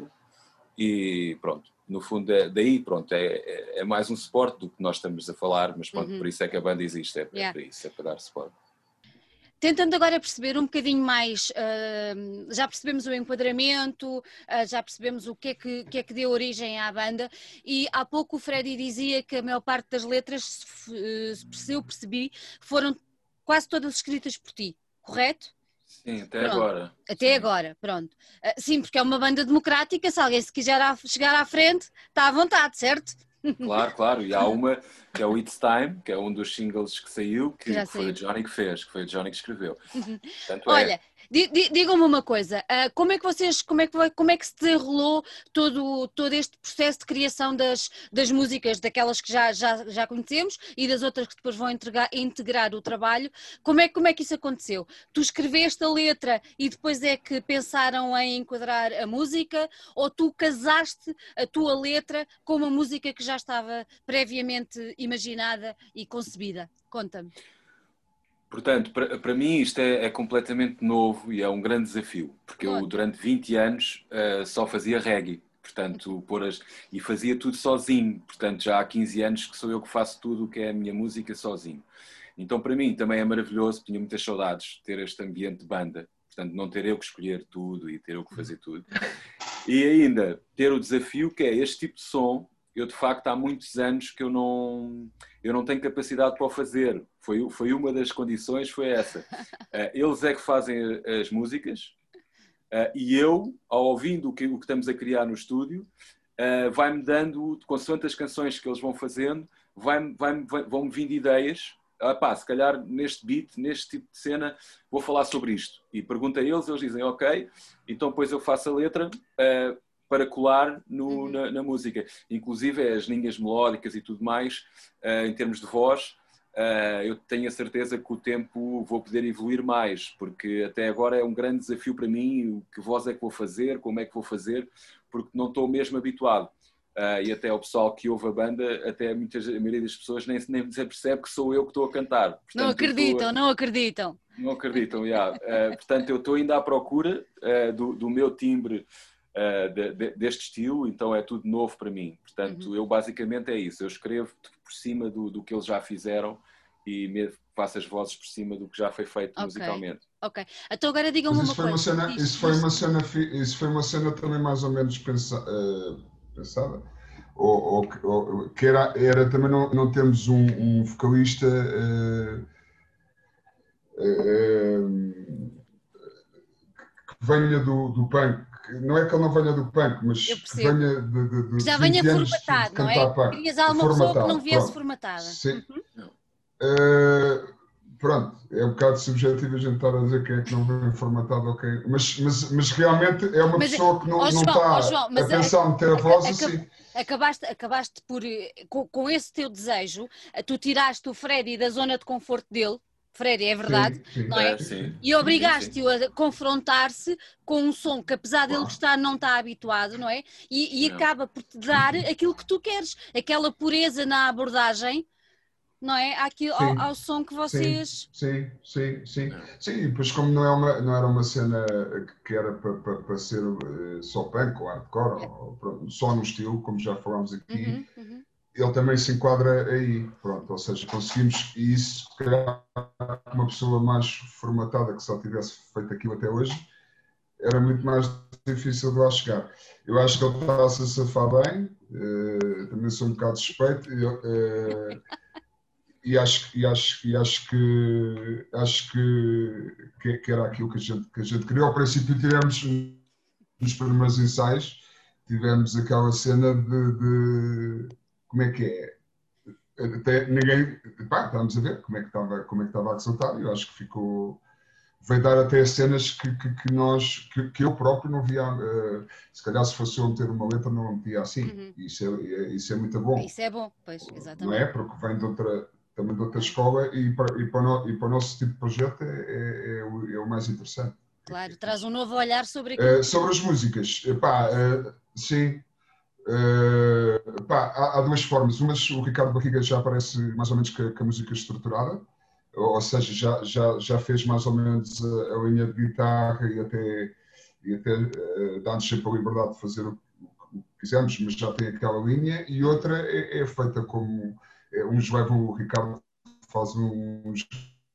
e pronto. No fundo, é, daí, pronto, é, é, é mais um suporte do que nós estamos a falar, mas pronto, uhum. Por isso é que a banda existe, é, yeah. é para isso, é para dar suporte. Tentando agora perceber um bocadinho mais, uh, já percebemos o enquadramento, uh, já percebemos o que é que, que é que deu origem à banda e há pouco o Freddy dizia que a maior parte das letras, se eu percebi, foram quase todas escritas por ti, correto? Sim, até pronto. agora. Até sim. agora, pronto. Uh, sim, porque é uma banda democrática, se alguém se quiser a, chegar à frente, está à vontade, certo? Claro, claro. E há uma que é o It's Time, que é um dos singles que saiu, que, Já que foi saiu. a Johnny que fez, que foi a Johnny que escreveu. Portanto, Olha, é... di- di- digam-me uma coisa, ah, como é que vocês, como é que, vai- como é que se desenrolou todo, todo este processo de criação das, das músicas, daquelas que já, já, já conhecemos e das outras que depois vão integrar, integrar o trabalho, como é, como é que isso aconteceu? Tu escreveste a letra e depois é que pensaram em enquadrar a música, ou tu casaste a tua letra com uma música que já estava previamente imaginada e concebida? Conta-me. Portanto, para, para mim isto é, é completamente novo e é um grande desafio, porque eu Conta. durante vinte anos uh, só fazia reggae, portanto, pôr as, e fazia tudo sozinho, portanto já há quinze anos que sou eu que faço tudo o que é a minha música sozinho. Então para mim também é maravilhoso, tinha muitas saudades de ter este ambiente de banda, portanto não ter eu que escolher tudo e ter eu que fazer tudo. E ainda ter o desafio que é este tipo de som. Eu, de facto, há muitos anos que eu não, eu não tenho capacidade para o fazer. Foi, foi uma das condições, foi essa. Uh, eles é que fazem as músicas uh, e eu, ao ouvindo o que, o que estamos a criar no estúdio, uh, vai-me dando, consoante as canções que eles vão fazendo, vai vai vão-me vindo ideias. Ah, pá, se calhar neste beat, neste tipo de cena, vou falar sobre isto. E pergunto a eles, eles dizem ok, então depois eu faço a letra... Uh, para colar no, uhum. na, na música. Inclusive as linhas melódicas e tudo mais, uh, em termos de voz, uh, eu tenho a certeza que com o tempo vou poder evoluir mais, porque até agora é um grande desafio para mim, que voz é que vou fazer, como é que vou fazer, porque não estou mesmo habituado. Uh, e até o pessoal que ouve a banda, até muitas, a maioria das pessoas nem, nem se percebe que sou eu que estou a cantar. Portanto, não acreditam, a... não acreditam. Não acreditam, yeah. uh, portanto eu estou ainda à procura uh, do, do meu timbre, Uh, de, de, deste estilo, então é tudo novo para mim. Portanto, uhum. eu basicamente é isso. Eu escrevo por cima do, do que eles já fizeram e me faço as vozes por cima do que já foi feito okay. musicalmente. Ok. Então agora digam-me uma foi coisa. Uma cena, isso, foi uma cena, isso foi uma cena também mais ou menos pensa, uh, pensada. Ou, ou, ou, que era, era também não, não temos um, um vocalista uh, uh, que venha do, do punk. Não é que ele não venha do punk, mas que venha de, de, de já venha formatado, não é? Punk. Querias alguma pessoa que não viesse pronto. formatada. Sim. Uhum. Uh, pronto, é um bocado subjetivo a gente estar a dizer quem é que não vem formatado ou quem... Mas, mas, mas realmente é uma mas, pessoa que não, oh, João, não está oh, João, mas a pensar a, meter a voz a, assim. Acabaste, acabaste por, com, com esse teu desejo, tu tiraste o Freddy da zona de conforto dele, Freddy, é verdade, sim, sim, não é? Sim, e obrigaste-o a confrontar-se com um som que, apesar dele gostar, não está habituado, não é? E, e acaba por te dar aquilo que tu queres, aquela pureza na abordagem, não é? Àquilo, ao, ao som que vocês... Sim, sim, sim. Sim, sim pois como não, é uma, não era uma cena que era para, para, para ser uh, só punk ou hardcore, é. ou, ou, só no estilo, como já falámos aqui, uhum, uhum. ele também se enquadra aí, pronto, ou seja, conseguimos, e isso, se calhar, uma pessoa mais formatada que só tivesse feito aquilo até hoje, era muito mais difícil de lá chegar. Eu acho que ele está-se a safar bem, uh, também sou um bocado suspeito, e, uh, e, acho, e, acho, e acho que, acho que, que, que era aquilo que a gente, que a gente queria. Ao princípio tivemos, nos primeiros ensaios, tivemos aquela cena de, de como é que é? Até ninguém, pá, estávamos a ver como é que estava, como é que estava a resultar e eu acho que ficou, veio dar até cenas que, que, que nós, que, que eu próprio não via, uh, se calhar se fosse eu meter uma letra não metia assim, uhum. isso, é, isso é muito bom. Isso é bom, pois, exatamente. Não é? Porque vem de outra, também de outra escola e para, e, para no, e para o nosso tipo de projeto é, é, é, o, é o mais interessante. Claro, traz um novo olhar sobre aquilo. Uh, sobre as músicas, pá, uh, sim. Uh, pá, há, há duas formas. Uma, o Ricardo Barriga já aparece mais ou menos com a, com a música estruturada, ou, ou seja, já, já, já fez mais ou menos a, a linha de guitarra e até, e até uh, dá-nos sempre a liberdade de fazer o, o que quisermos, mas já tem aquela linha. E outra é, é feita como é, uns levam, o Ricardo faz uns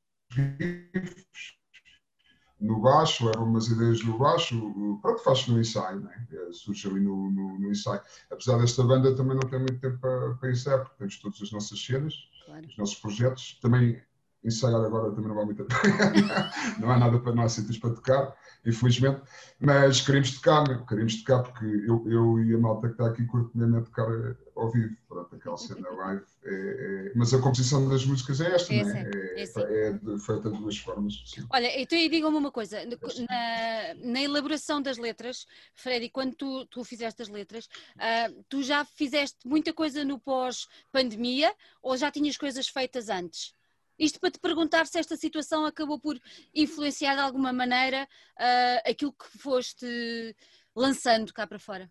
riffs no baixo, leva umas ideias no baixo, pronto, faz no ensaio, né? Surge ali no, no, no ensaio. Apesar desta banda também não tem muito tempo para, para ensaiar, porque temos todas as nossas cenas, claro. Os nossos projetos. Também ensaiar agora também não vai muito. Não há nada para, não há sítios para tocar, infelizmente, mas queríamos tocar, meu, queríamos tocar porque eu, eu e a malta que está aqui curto mesmo a tocar ao vivo, pronto, aquela cena live. É, é, mas a composição das músicas é esta, É não sim, é? é É, sim. é de- feita de duas formas. Sim. Olha, então aí diga-me uma coisa, na, na elaboração das letras, Freddy, quando tu, tu fizeste as letras, ah, tu já fizeste muita coisa no pós-pandemia ou já tinhas coisas feitas antes? Isto para te perguntar se esta situação acabou por influenciar de alguma maneira ah, aquilo que foste lançando cá para fora.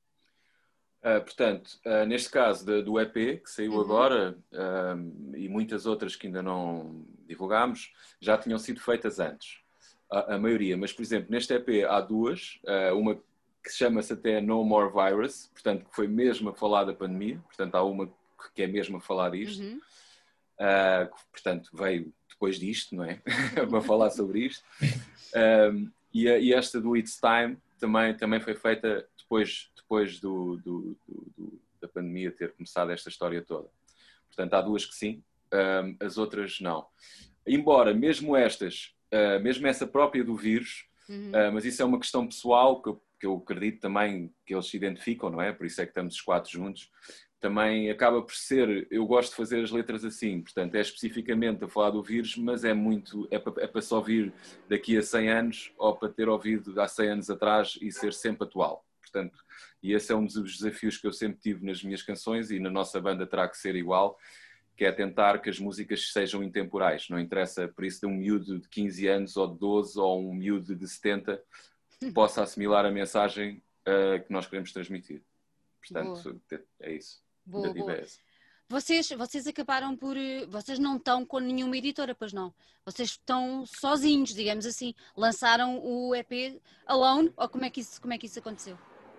Uh, portanto, uh, neste caso de, do E P, que saiu Uhum. agora, uh, e muitas outras que ainda não divulgámos, já tinham sido feitas antes, a, a maioria. Mas, por exemplo, neste E P há duas, uh, uma que chama-se até No More Virus, portanto, que foi mesmo a falar da pandemia, portanto, há uma que é mesmo a falar disto, Uhum. uh, que, portanto, veio depois disto, não é? Para falar sobre isto. Um, e, a, e esta do It's Time também, também foi feita depois, depois do, do, do, do, da pandemia ter começado esta história toda. Portanto, há duas que sim, um, as outras não. Embora, mesmo estas, uh, mesmo essa própria do vírus, Uhum. uh, mas isso é uma questão pessoal que eu, que eu acredito também que eles se identificam, não é? Por isso é que estamos os quatro juntos. Também acaba por ser, eu gosto de fazer as letras assim, portanto é especificamente a falar do vírus, mas é muito, é para, é para só ouvir daqui a cem anos ou para ter ouvido há cem anos atrás e ser sempre atual. Portanto, e esse é um dos desafios que eu sempre tive nas minhas canções e na nossa banda terá que ser igual, que é tentar que as músicas sejam intemporais. Não interessa, por isso de um miúdo de quinze anos ou de doze ou um miúdo de setenta possa assimilar a mensagem uh, que nós queremos transmitir. Portanto, boa. É isso. Boa, boa. Vocês, vocês acabaram por... Vocês não estão com nenhuma editora, pois não? Vocês estão sozinhos, digamos assim. Lançaram o E P alone? Ou como é que isso, como é que isso aconteceu?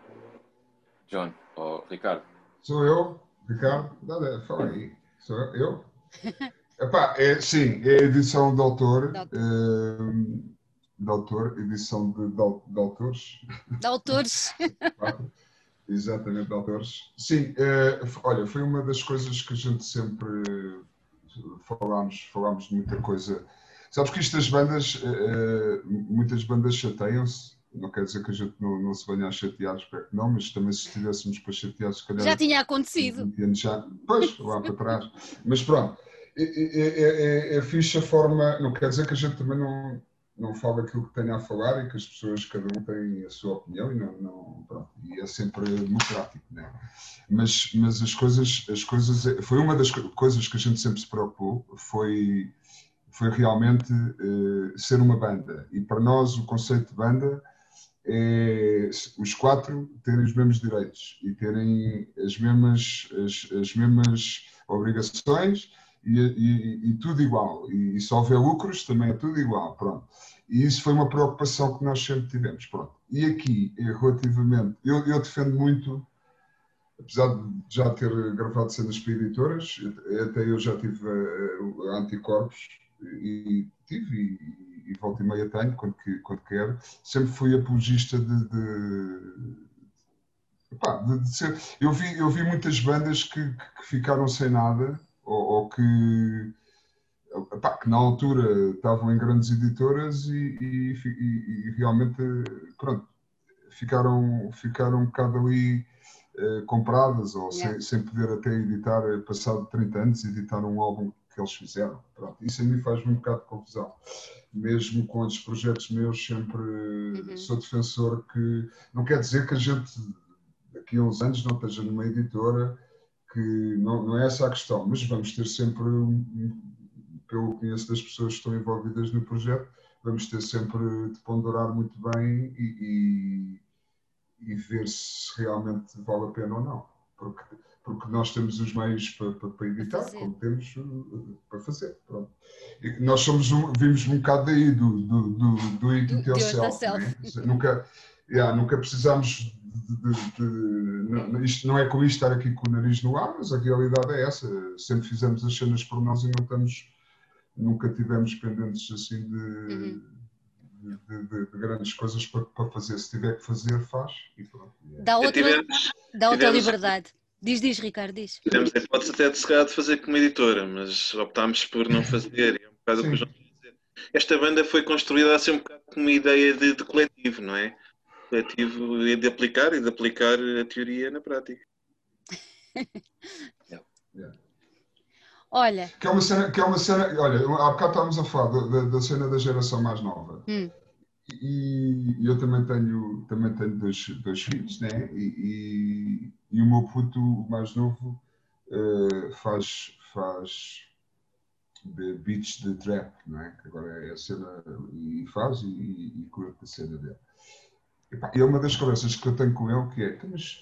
John, ou Ricardo? Sou eu, Ricardo. Fala aí. Sou eu? Epá, é, sim, é edição de autor. De autor, uh, de autor edição de, de, de autores. De autores. Exatamente, de autores. Sim, uh, olha, foi uma das coisas que a gente sempre falámos, falámos de muita coisa. Sabes que isto das bandas, uh, muitas bandas chateiam-se, não quer dizer que a gente não, não se venha a chatear, espero que não, mas também se estivéssemos para chatear, se calhar... Já tinha acontecido. Já, pois, lá para trás. Mas pronto, é, é, é, é fixe a forma, não quer dizer que a gente também não... não fala aquilo que tenha a falar e que as pessoas, cada um tem a sua opinião e, não, não, pronto, e é sempre democrático, né? Mas, mas as coisas, as coisas, foi uma das coisas que a gente sempre se preocupou, foi, foi realmente uh, ser uma banda. E para nós o conceito de banda é os quatro terem os mesmos direitos e terem as mesmas, as, as mesmas obrigações, E, e, e tudo igual, e, e se houver lucros também é tudo igual, pronto. E isso foi uma preocupação que nós sempre tivemos, pronto. E aqui, relativamente, eu, eu defendo muito, apesar de já ter gravado cenas para editoras, até eu já tive uh, Anticorpos, e tive, e, e volta e meia tenho, quando, quando quero, sempre fui apologista de... de Epá, de, de ser, eu, vi, eu vi muitas bandas que, que ficaram sem nada, ou, ou que, epá, que na altura estavam em grandes editoras e, e, e, e realmente, pronto, ficaram, ficaram um bocado ali eh, compradas, ou yeah. sem, sem poder até editar, passado trinta anos, editar um álbum que eles fizeram. Pronto, isso a mim faz-me um bocado de confusão. Mesmo com os projetos meus, sempre uhum. sou defensor que... Não quer dizer que a gente, daqui a uns anos, não esteja numa editora, que não, não é essa a questão, mas vamos ter sempre, pelo que conheço das pessoas que estão envolvidas no projeto, vamos ter sempre de ponderar muito bem e, e, e ver se realmente vale a pena ou não. Porque, porque nós temos os meios para, para, para editar, como temos para fazer. Pronto. E nós somos um, vimos um bocado daí do, do, do, do it do, yourself. Né? Nunca, yeah, nunca precisámos de, de, de, de, isto não é com isto estar aqui com o nariz no ar, mas a realidade é essa. Sempre fizemos as cenas por nós e não estamos, nunca tivemos pendentes assim de, uhum. de, de, de, de grandes coisas para, para fazer. Se tiver que fazer, faz e pronto. Dá outra, tivemos, dá outra tivemos, liberdade. Diz, diz, Ricardo, diz. Tivemos a hipótese até de, de fazer como editora, mas optámos por não fazer. É um causa do que o João está a dizer. Esta banda foi construída assim um bocado com uma ideia de, de coletivo, não é? Coletivo de aplicar e de aplicar a teoria na prática. Yeah. Yeah. Olha. Que é uma cena, que é uma cena, olha, há bocado estávamos a falar da, da cena da geração mais nova. Hum. E eu também tenho, também tenho dois, dois filhos, né? E, e, e o meu puto mais novo uh, faz, faz de beats de trap, não é? Que agora é a cena, e faz e, e, e curte a cena dele. E, pá, é uma das conversas que eu tenho com ele que é, mas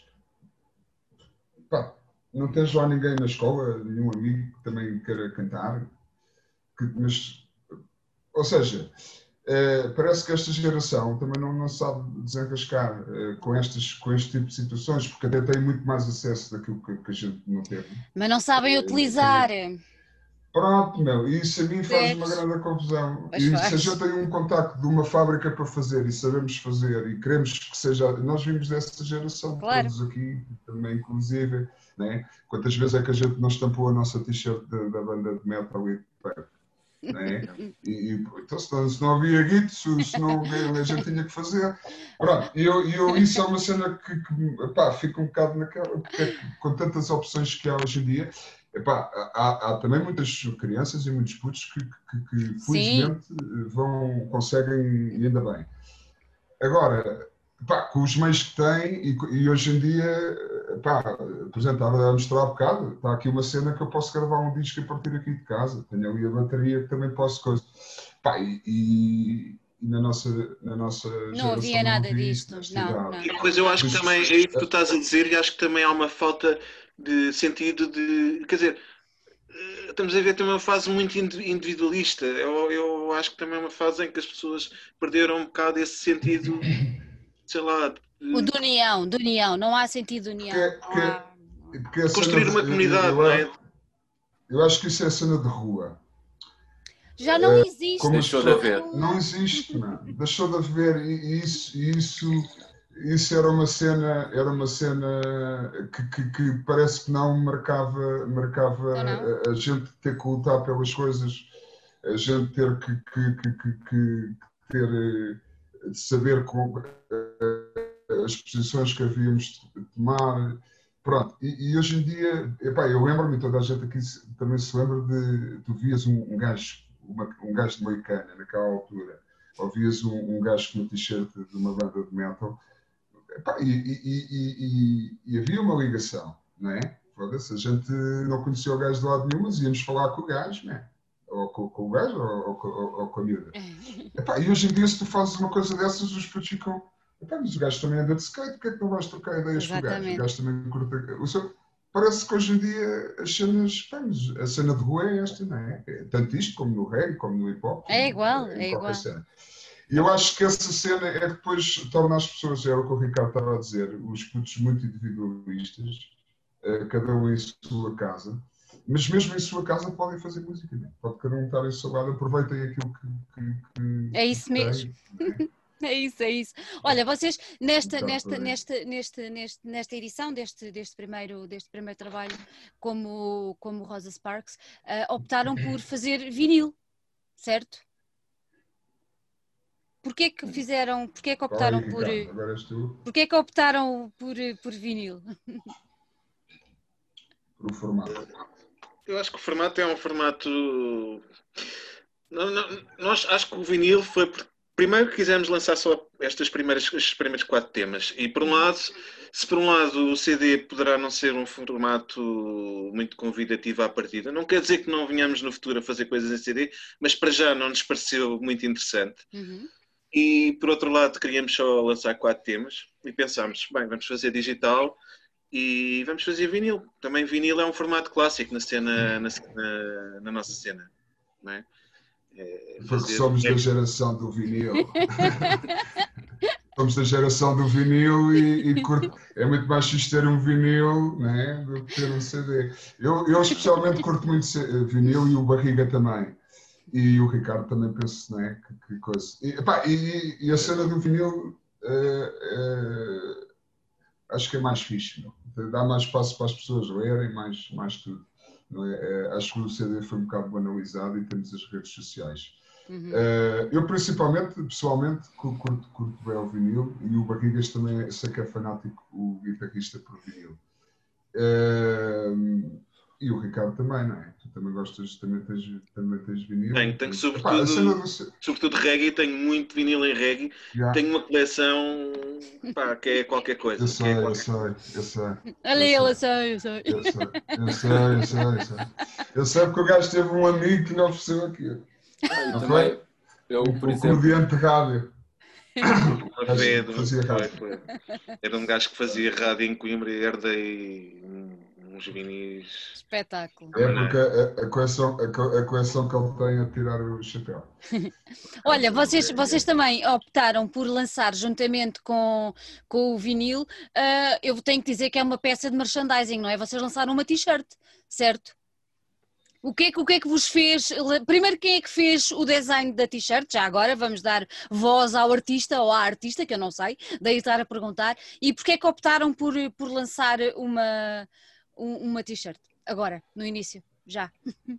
pá, não tens lá ninguém na escola, nenhum amigo que também queira cantar? Que, mas, ou seja, Uh, parece que esta geração também não, não sabe desenrascar uh, com, estas, com este tipo de situações, porque até tem muito mais acesso daquilo que, que a gente não teve. Mas não sabem utilizar. Uh, pronto, meu, e isso a mim faz uma grande confusão. Mas e faz. se a gente tem um contacto de uma fábrica para fazer e sabemos fazer e queremos que seja... Nós vimos dessa geração, claro. Todos aqui, também inclusive, né? Quantas vezes é que a gente não estampou a nossa t-shirt da, da banda de metal e né? e, e então, se, não, se não havia guito, se, se não a gente tinha que fazer. Pronto, e eu, eu, isso é uma cena que, que pá, fica um bocado naquela, porque é que, com tantas opções que há hoje em dia, epá, há, há também muitas crianças e muitos putos que, que, que felizmente vão, conseguem, e ainda bem. Agora, pá, com os meios que têm, e, e hoje em dia, pá, por exemplo, estava a mostrar há bocado, está aqui uma cena que eu posso gravar um disco a partir aqui de casa, tenho ali a bateria que também posso coisa. Pá, e, e, e na nossa, na nossa não geração havia não nada havia disto, isso, não, não. Mas eu acho que também, é isso que tu estás a dizer, e acho que também há uma falta de sentido de, quer dizer, estamos a ver também uma fase muito individualista, eu, eu acho que também é uma fase em que as pessoas perderam um bocado esse sentido, sei lá... O de união, de união, não há sentido de união. Porque, porque, ah. porque a Construir cena uma de, comunidade, eu, não é? Eu acho que isso é a cena de rua. Já não existe. Como Deixou de haver. Não existe, mano. Deixou de haver e isso, isso, isso era uma cena, era uma cena que, que, que parece que não marcava, marcava não, não. A, a gente ter que lutar pelas coisas, a gente ter que, que, que, que, que ter de saber com, as posições que havíamos de tomar. Pronto, e, e hoje em dia, epá, eu lembro-me, toda a gente aqui também se lembra de, tu vias um, um gajo, uma, um gajo de Moicana naquela altura, ou vias um, um gajo com uma t-shirt de uma banda de metal, epá, e, e, e, e, e havia uma ligação, não é? Foda-se, a gente não conhecia o gajo de lado nenhum, mas íamos falar com o gajo, não é? Ou com, com o gajo, ou, ou, ou, ou com a miúda. Epá, e hoje em dia, se tu fazes uma coisa dessas, os putos ficam... Epá, mas o gajo também anda de skate, porque é que não vais trocar ideias Exatamente. com o gajo? O gajo também curta... O seu... Parece que hoje em dia as cenas... Pá, a cena de rua é esta, não é? É tanto isto como no reggae, como no hip-hop. É igual, é igual. Cena. E eu acho que essa cena é que depois torna as pessoas, era o que o Ricardo estava a dizer, os putos muito individualistas, cada um em sua casa, mas mesmo em sua casa podem fazer música, não é? Pode cada um estar em seu lado, aproveitem aquilo que... que, que é isso mesmo. Tem, É isso, é isso. Olha, vocês nesta, nesta, nesta, nesta, nesta, nesta edição deste, deste, primeiro, deste primeiro trabalho como, como Rosa Sparks, uh, optaram por fazer vinil, certo? Porquê que fizeram, porquê que optaram Ai, por... Ricardo, agora és tu. Porquê que optaram por, por vinil? Por um formato. Eu acho que o formato é um formato... Não, não, nós acho que o vinil foi... Por... Primeiro quisemos lançar só estas primeiras, estes primeiros quatro temas e por um lado, se por um lado o C D poderá não ser um formato muito convidativo à partida, não quer dizer que não venhamos no futuro a fazer coisas em C D, mas para já não nos pareceu muito interessante. Uhum. E por outro lado queríamos só lançar quatro temas e pensámos, bem, vamos fazer digital e vamos fazer vinil. Também vinil é um formato clássico na, cena, na, na, na nossa cena, não é? É porque somos da geração do vinil. Somos da geração do vinil e, e curto, é muito mais fixe ter um vinil, né, do que ter um C D. Eu, eu especialmente curto muito vinil e o Barriga também. E o Ricardo também penso, né, que, que coisa. E, epá, e, e a cena do vinil é, é, acho que é mais fixe, meu. Dá mais espaço para as pessoas lerem, mais, mais tudo. não é? É, acho que o C D foi um bocado banalizado e temos as redes sociais. Uhum. Uh, eu principalmente, pessoalmente, curto, curto bem o vinil e o Barrigas também sei que é fanático, o guitarrista, por vinil. Uh, e o Ricardo também, não é? Tu também gostas, também tens, também tens vinil? Tenho, tenho tens... sobretudo, Epá, do... sobretudo reggae, tenho muito vinil em reggae. Yeah. Tenho uma coleção, pá, que é qualquer coisa. Eu sei, que é eu sei, eu sei. Olha ele, eu sei, eu sei. Eu sei, eu sei, eu sei, eu sei. Eu sei porque o gajo teve um amigo que lhe ofereceu aquilo. Ah, não também, foi? eu, um por exemplo... comediante de rádio. Fazia fazia rádio. Foi, foi. Era um gajo que fazia rádio em Coimbra e herdei uns vinis. Espetáculo. É porque a, a, coleção, a, a coleção que ele tem a tirar o chapéu. Olha, vocês, vocês também optaram por lançar juntamente com, com o vinil, uh, eu tenho que dizer que é uma peça de merchandising, não é? Vocês lançaram uma t-shirt, certo? O que, é que, o que é que vos fez? Primeiro, quem é que fez o design da t-shirt? Já agora vamos dar voz ao artista ou à artista, que eu não sei, daí estar a perguntar. E porquê é que optaram por, por lançar uma, uma t-shirt? Agora, no início, já.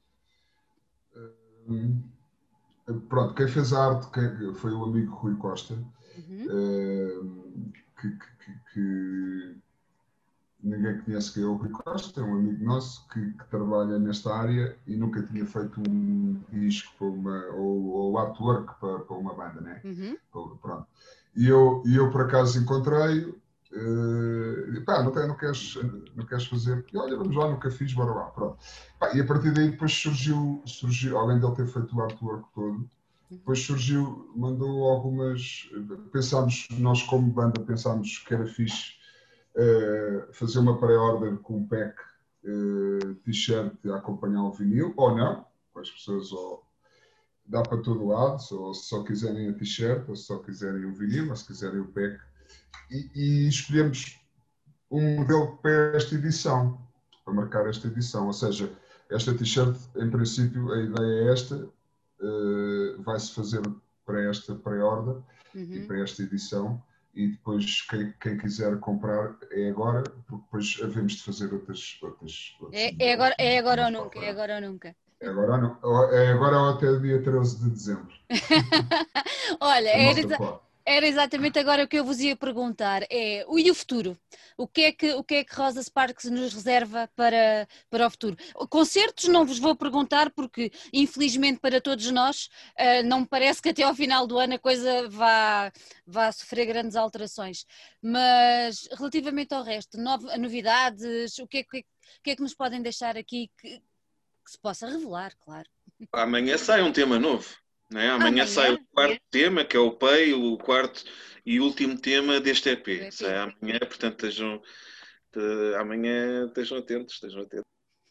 Hum, pronto, quem fez a arte quem, foi o amigo Rui Costa, uhum. uh, que, que, que ninguém conhece que é o Rui Costa, é um amigo nosso que, que trabalha nesta área e nunca tinha feito um disco para uma, ou, ou artwork para, para uma banda, né? Uhum. Pronto. E eu, e eu por acaso encontrei-o, uh, pá, não, não, queres, não queres fazer? E olha, vamos lá, nunca fiz, bora lá, pronto. Pá, e a partir daí depois surgiu, surgiu, além de ele ter feito o artwork todo, depois surgiu, mandou algumas, pensámos, nós como banda pensámos que era fixe Uh, fazer uma pré-order com um pack uh, t-shirt a acompanhar o vinil, ou não, as pessoas ou dá para todo lado, ou se só quiserem a t-shirt, ou se só quiserem o vinil, ou se quiserem o pack, e, e escolhemos um modelo para esta edição, para marcar esta edição, ou seja, esta t-shirt, em princípio, a ideia é esta, uh, vai-se fazer para esta pré-order uhum. e para esta edição, e depois quem, quem quiser comprar é agora, porque depois havemos de fazer outras... outras, outras é, é, agora, é agora ou nunca, é agora ou nunca. É agora ou não, é agora ou até o dia treze de dezembro. Olha, era, exa era exatamente agora o que eu vos ia perguntar, é, e o futuro? O que é que, o que, é que Rosa Sparks nos reserva para, para o futuro? Concertos não vos vou perguntar porque, infelizmente para todos nós, uh, não me parece que até ao final do ano a coisa vá, vá sofrer grandes alterações, mas relativamente ao resto, no, novidades, o que, é, que, o que é que nos podem deixar aqui que, que se possa revelar, claro. Amanhã sai um tema novo. Não é? Amanhã, Amanhã sai o quarto é. tema, que é o Pay, o quarto e último tema deste E P. E P. Sai amanhã, portanto, estejam, te, amanhã estejam atentos, estejam atentos.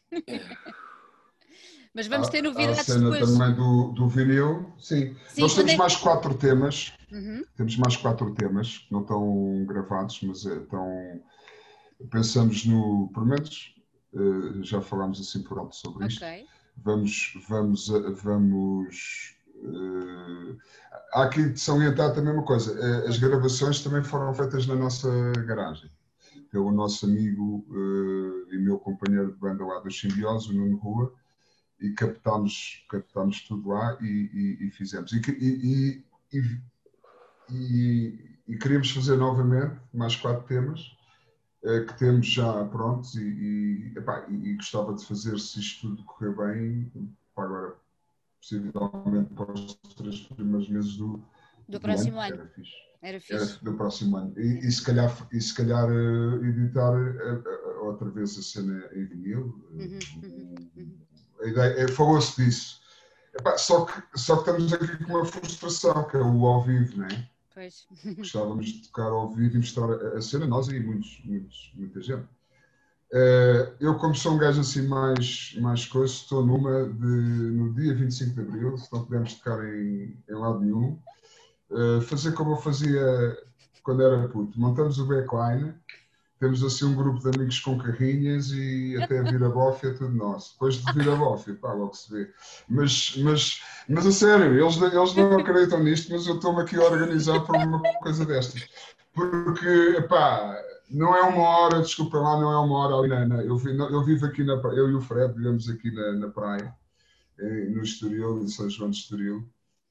Mas vamos ter novidades a cena depois. também do, do vinil, sim. sim Nós temos é... mais quatro temas, uhum. temos mais quatro temas, que não estão gravados, mas estão... Pensamos no... Pelo menos, já falámos assim por alto sobre isto. Okay. Vamos... vamos, vamos Uh, há aqui de salientar também uma coisa, uh, as gravações também foram feitas na nossa garagem pelo nosso amigo uh, e meu companheiro de banda lá do Simbiose, o Nuno Rua, e captámos, captámos tudo lá e, e, e fizemos e, e, e, e, e queríamos fazer novamente mais quatro temas uh, que temos já prontos e, e, epá, e, e gostava de fazer, se isto tudo correr bem, para agora possivelmente para os três primeiros meses do, do, do próximo ano. ano. Era fixe. Era fixe. Era do próximo ano. E, e se calhar, e se calhar uh, editar uh, uh, outra vez a cena em vinil. Uhum, uhum, uhum. A ideia, falou-se disso. Epá, só, que, só que estamos aqui com uma frustração, que é o ao vivo, não é? Pois. Gostávamos de tocar ao vivo e mostrar a, a cena, nós e muitos, muitos, muita gente. Uh, eu, como sou um gajo assim mais, mais coisa, estou numa de, no dia vinte e cinco de Abril, se não pudermos tocar em, em lado nenhum, uh, fazer como eu fazia quando era puto. Montamos o backline, temos assim um grupo de amigos com carrinhas e até vir a bófia, tudo nosso. Depois de vir a bófia, pá, logo se vê. Mas, mas, mas a sério, eles, eles não acreditam nisto, mas eu estou-me aqui a organizar para uma coisa destas. Porque, pá... não é uma hora, desculpa lá, não é uma hora ali na, na, eu, vi, eu vivo aqui na praia, eu e o Fred vivemos aqui na, na praia, no Estoril, em São João de Estoril.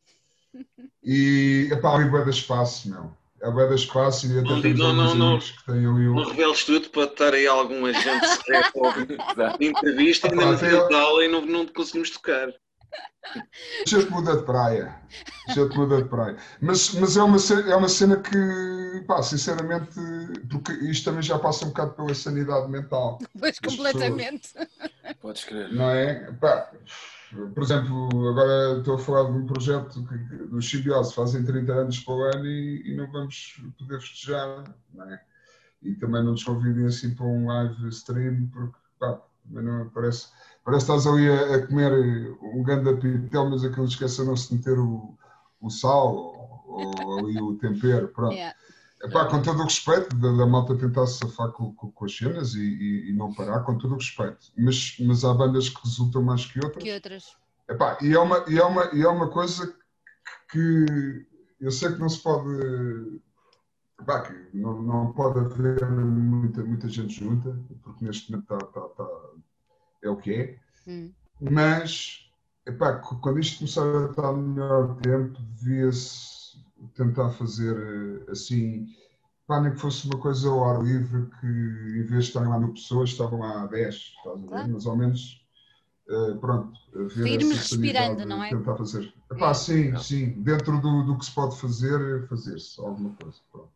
E, epá, ali bué de espaço, meu. É bué de espaço e até Não, temos não, alguns não, amigos que têm ali um... Não reveles tudo para estar aí algum agente secreto de entrevista, ainda Epá, me tem- tentá-la e não, não te conseguimos tocar. A gente muda de praia. A gente muda de praia. Mas, mas é, uma, ce- é uma cena que, pá, sinceramente, porque isto também já passa um bocado pela sanidade mental Pois, das completamente. Podes crer. pessoas, não é? Pá, por exemplo, agora estou a falar de um projeto que, do Simbiose, fazem trinta anos para o ano e, e não vamos poder festejar, não é? E também não nos convidem assim para um live stream, porque, pá, também não parece... Parece que estás ali a, a comer um ganda pitel, mas aquilo esqueceram-se de meter o, o sal ou, ou ali o tempero, pronto. Yeah. Epá, com todo o respeito da, da malta tentar se safar com, com, com as cenas e, e, e não parar, com todo o respeito. Mas, mas há bandas que resultam mais que outras. Que outras? Epá, e, é uma, e, é uma, e é uma coisa que eu sei que não se pode... Epá, que não, não pode haver muita, muita gente junta, porque neste momento está... está, está é o que é, Hum. mas epá, quando isto começar a estar no melhor tempo, devia-se tentar fazer assim, pá, nem que fosse uma coisa ao ar livre, que em vez de estarem lá no pessoas, estavam lá dez, estás a ver? Claro. Mas ao menos, uh, pronto, ver Irmos essa respirando, sanidade, não é? tentar fazer. Epá, É. sim, Não. sim, dentro do, do que se pode fazer, fazer-se alguma coisa, pronto.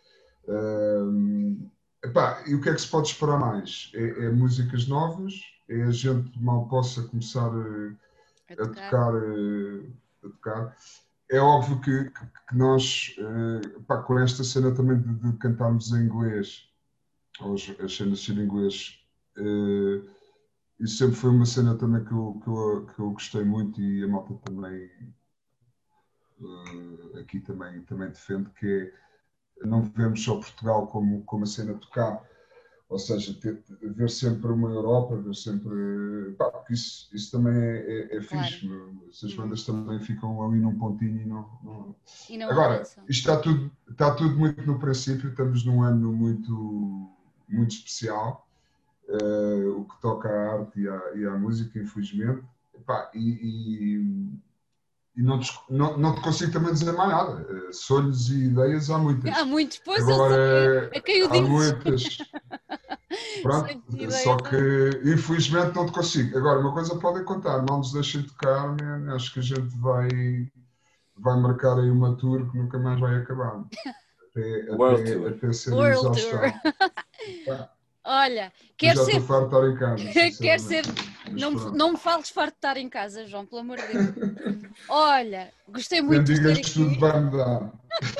Um, epá, e o que é que se pode esperar mais? É, é músicas novas, é a gente mal possa começar a, A a tocar. tocar, eh, a tocar. É óbvio que, que, que nós, eh, epá, com esta cena também de, de cantarmos em inglês, ou as, as cenas de inglês, eh, isso sempre foi uma cena também que eu, que eu, que eu gostei muito e a malta também eh, aqui também, também defende, que é não vemos só Portugal como, como a cena tocar, ou seja, ter, ver sempre uma Europa, ver sempre. Pá, porque isso, isso também é, é, é Claro. fixe, meu. Essas Uhum. bandas também ficam ali num pontinho e não. não... E não Agora, avançam. isto está tudo, está tudo muito no princípio, estamos num ano muito, muito especial, uh, o que toca à arte e à, e à música, infelizmente. Epá, e, e, e não, te, não, não te consigo também dizer mais nada. Uh, sonhos e ideias há muitas. Há muitos, pois Agora, eu sei. A quem o há dizes? muitas. Pronto, Sonhos e só ideias. que infelizmente não te consigo. Agora, uma coisa podem contar, não nos deixem tocar, man, acho que a gente vai, vai marcar aí uma tour que nunca mais vai acabar. Até, World até, Tour. até ser World exaustão. Tour. Olha, Eu quero já ser. estou farto de estar em casa, Quer sinceramente. ser. Mas Não, me- pronto. não me fales farto de estar em casa, João, pelo amor de Deus. Olha, gostei Nem muito de digas estar que tudo aqui. vai mudar.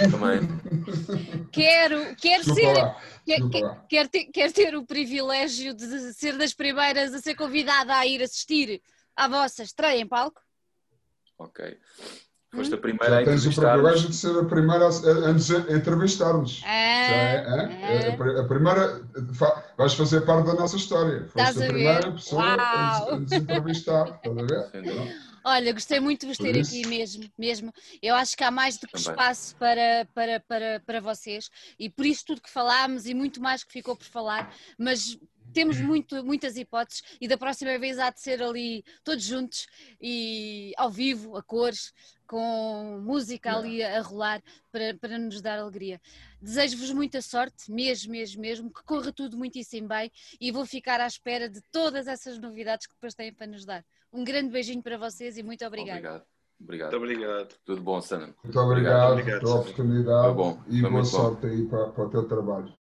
Também. Quero, quero Desculpa ser. lá. Quer, Desculpa quer, lá. quer ter, quer ter o privilégio de ser das primeiras a ser convidada a ir assistir à vossa estreia em palco? Ok. Foste a primeira Já a tens o privilégio entrevistar-nos. de ser a primeira a, a, a nos entrevistar-nos. Já é, Ah, hã? É a, ah, pri- a primeira. fa- Vais fazer parte da nossa história. estás Foste a a primeira ver? pessoa a nos, a Uau! nos entrevistar. Estás a ver? Sem dúvida. Pronto. Olha, gostei muito de vos Por ter isso. aqui mesmo, mesmo. Eu acho que há mais do que Também. espaço para, para, para, para vocês e por isso tudo que falámos e muito mais que ficou por falar, mas temos muito, muitas hipóteses e da próxima vez há de ser ali todos juntos e ao vivo, a cores, com música ali a, a rolar para, para nos dar alegria. Desejo-vos muita sorte, mesmo, mesmo, mesmo, que corra tudo muitíssimo bem e vou ficar à espera de todas essas novidades que depois têm para nos dar. Um grande beijinho para vocês e muito obrigada. Obrigado. Obrigado. Muito obrigado. Tudo bom, Sana? Muito obrigado, Obrigado, pela Sandra. oportunidade Foi bom. e Foi boa muito bom. sorte aí para, para o teu trabalho.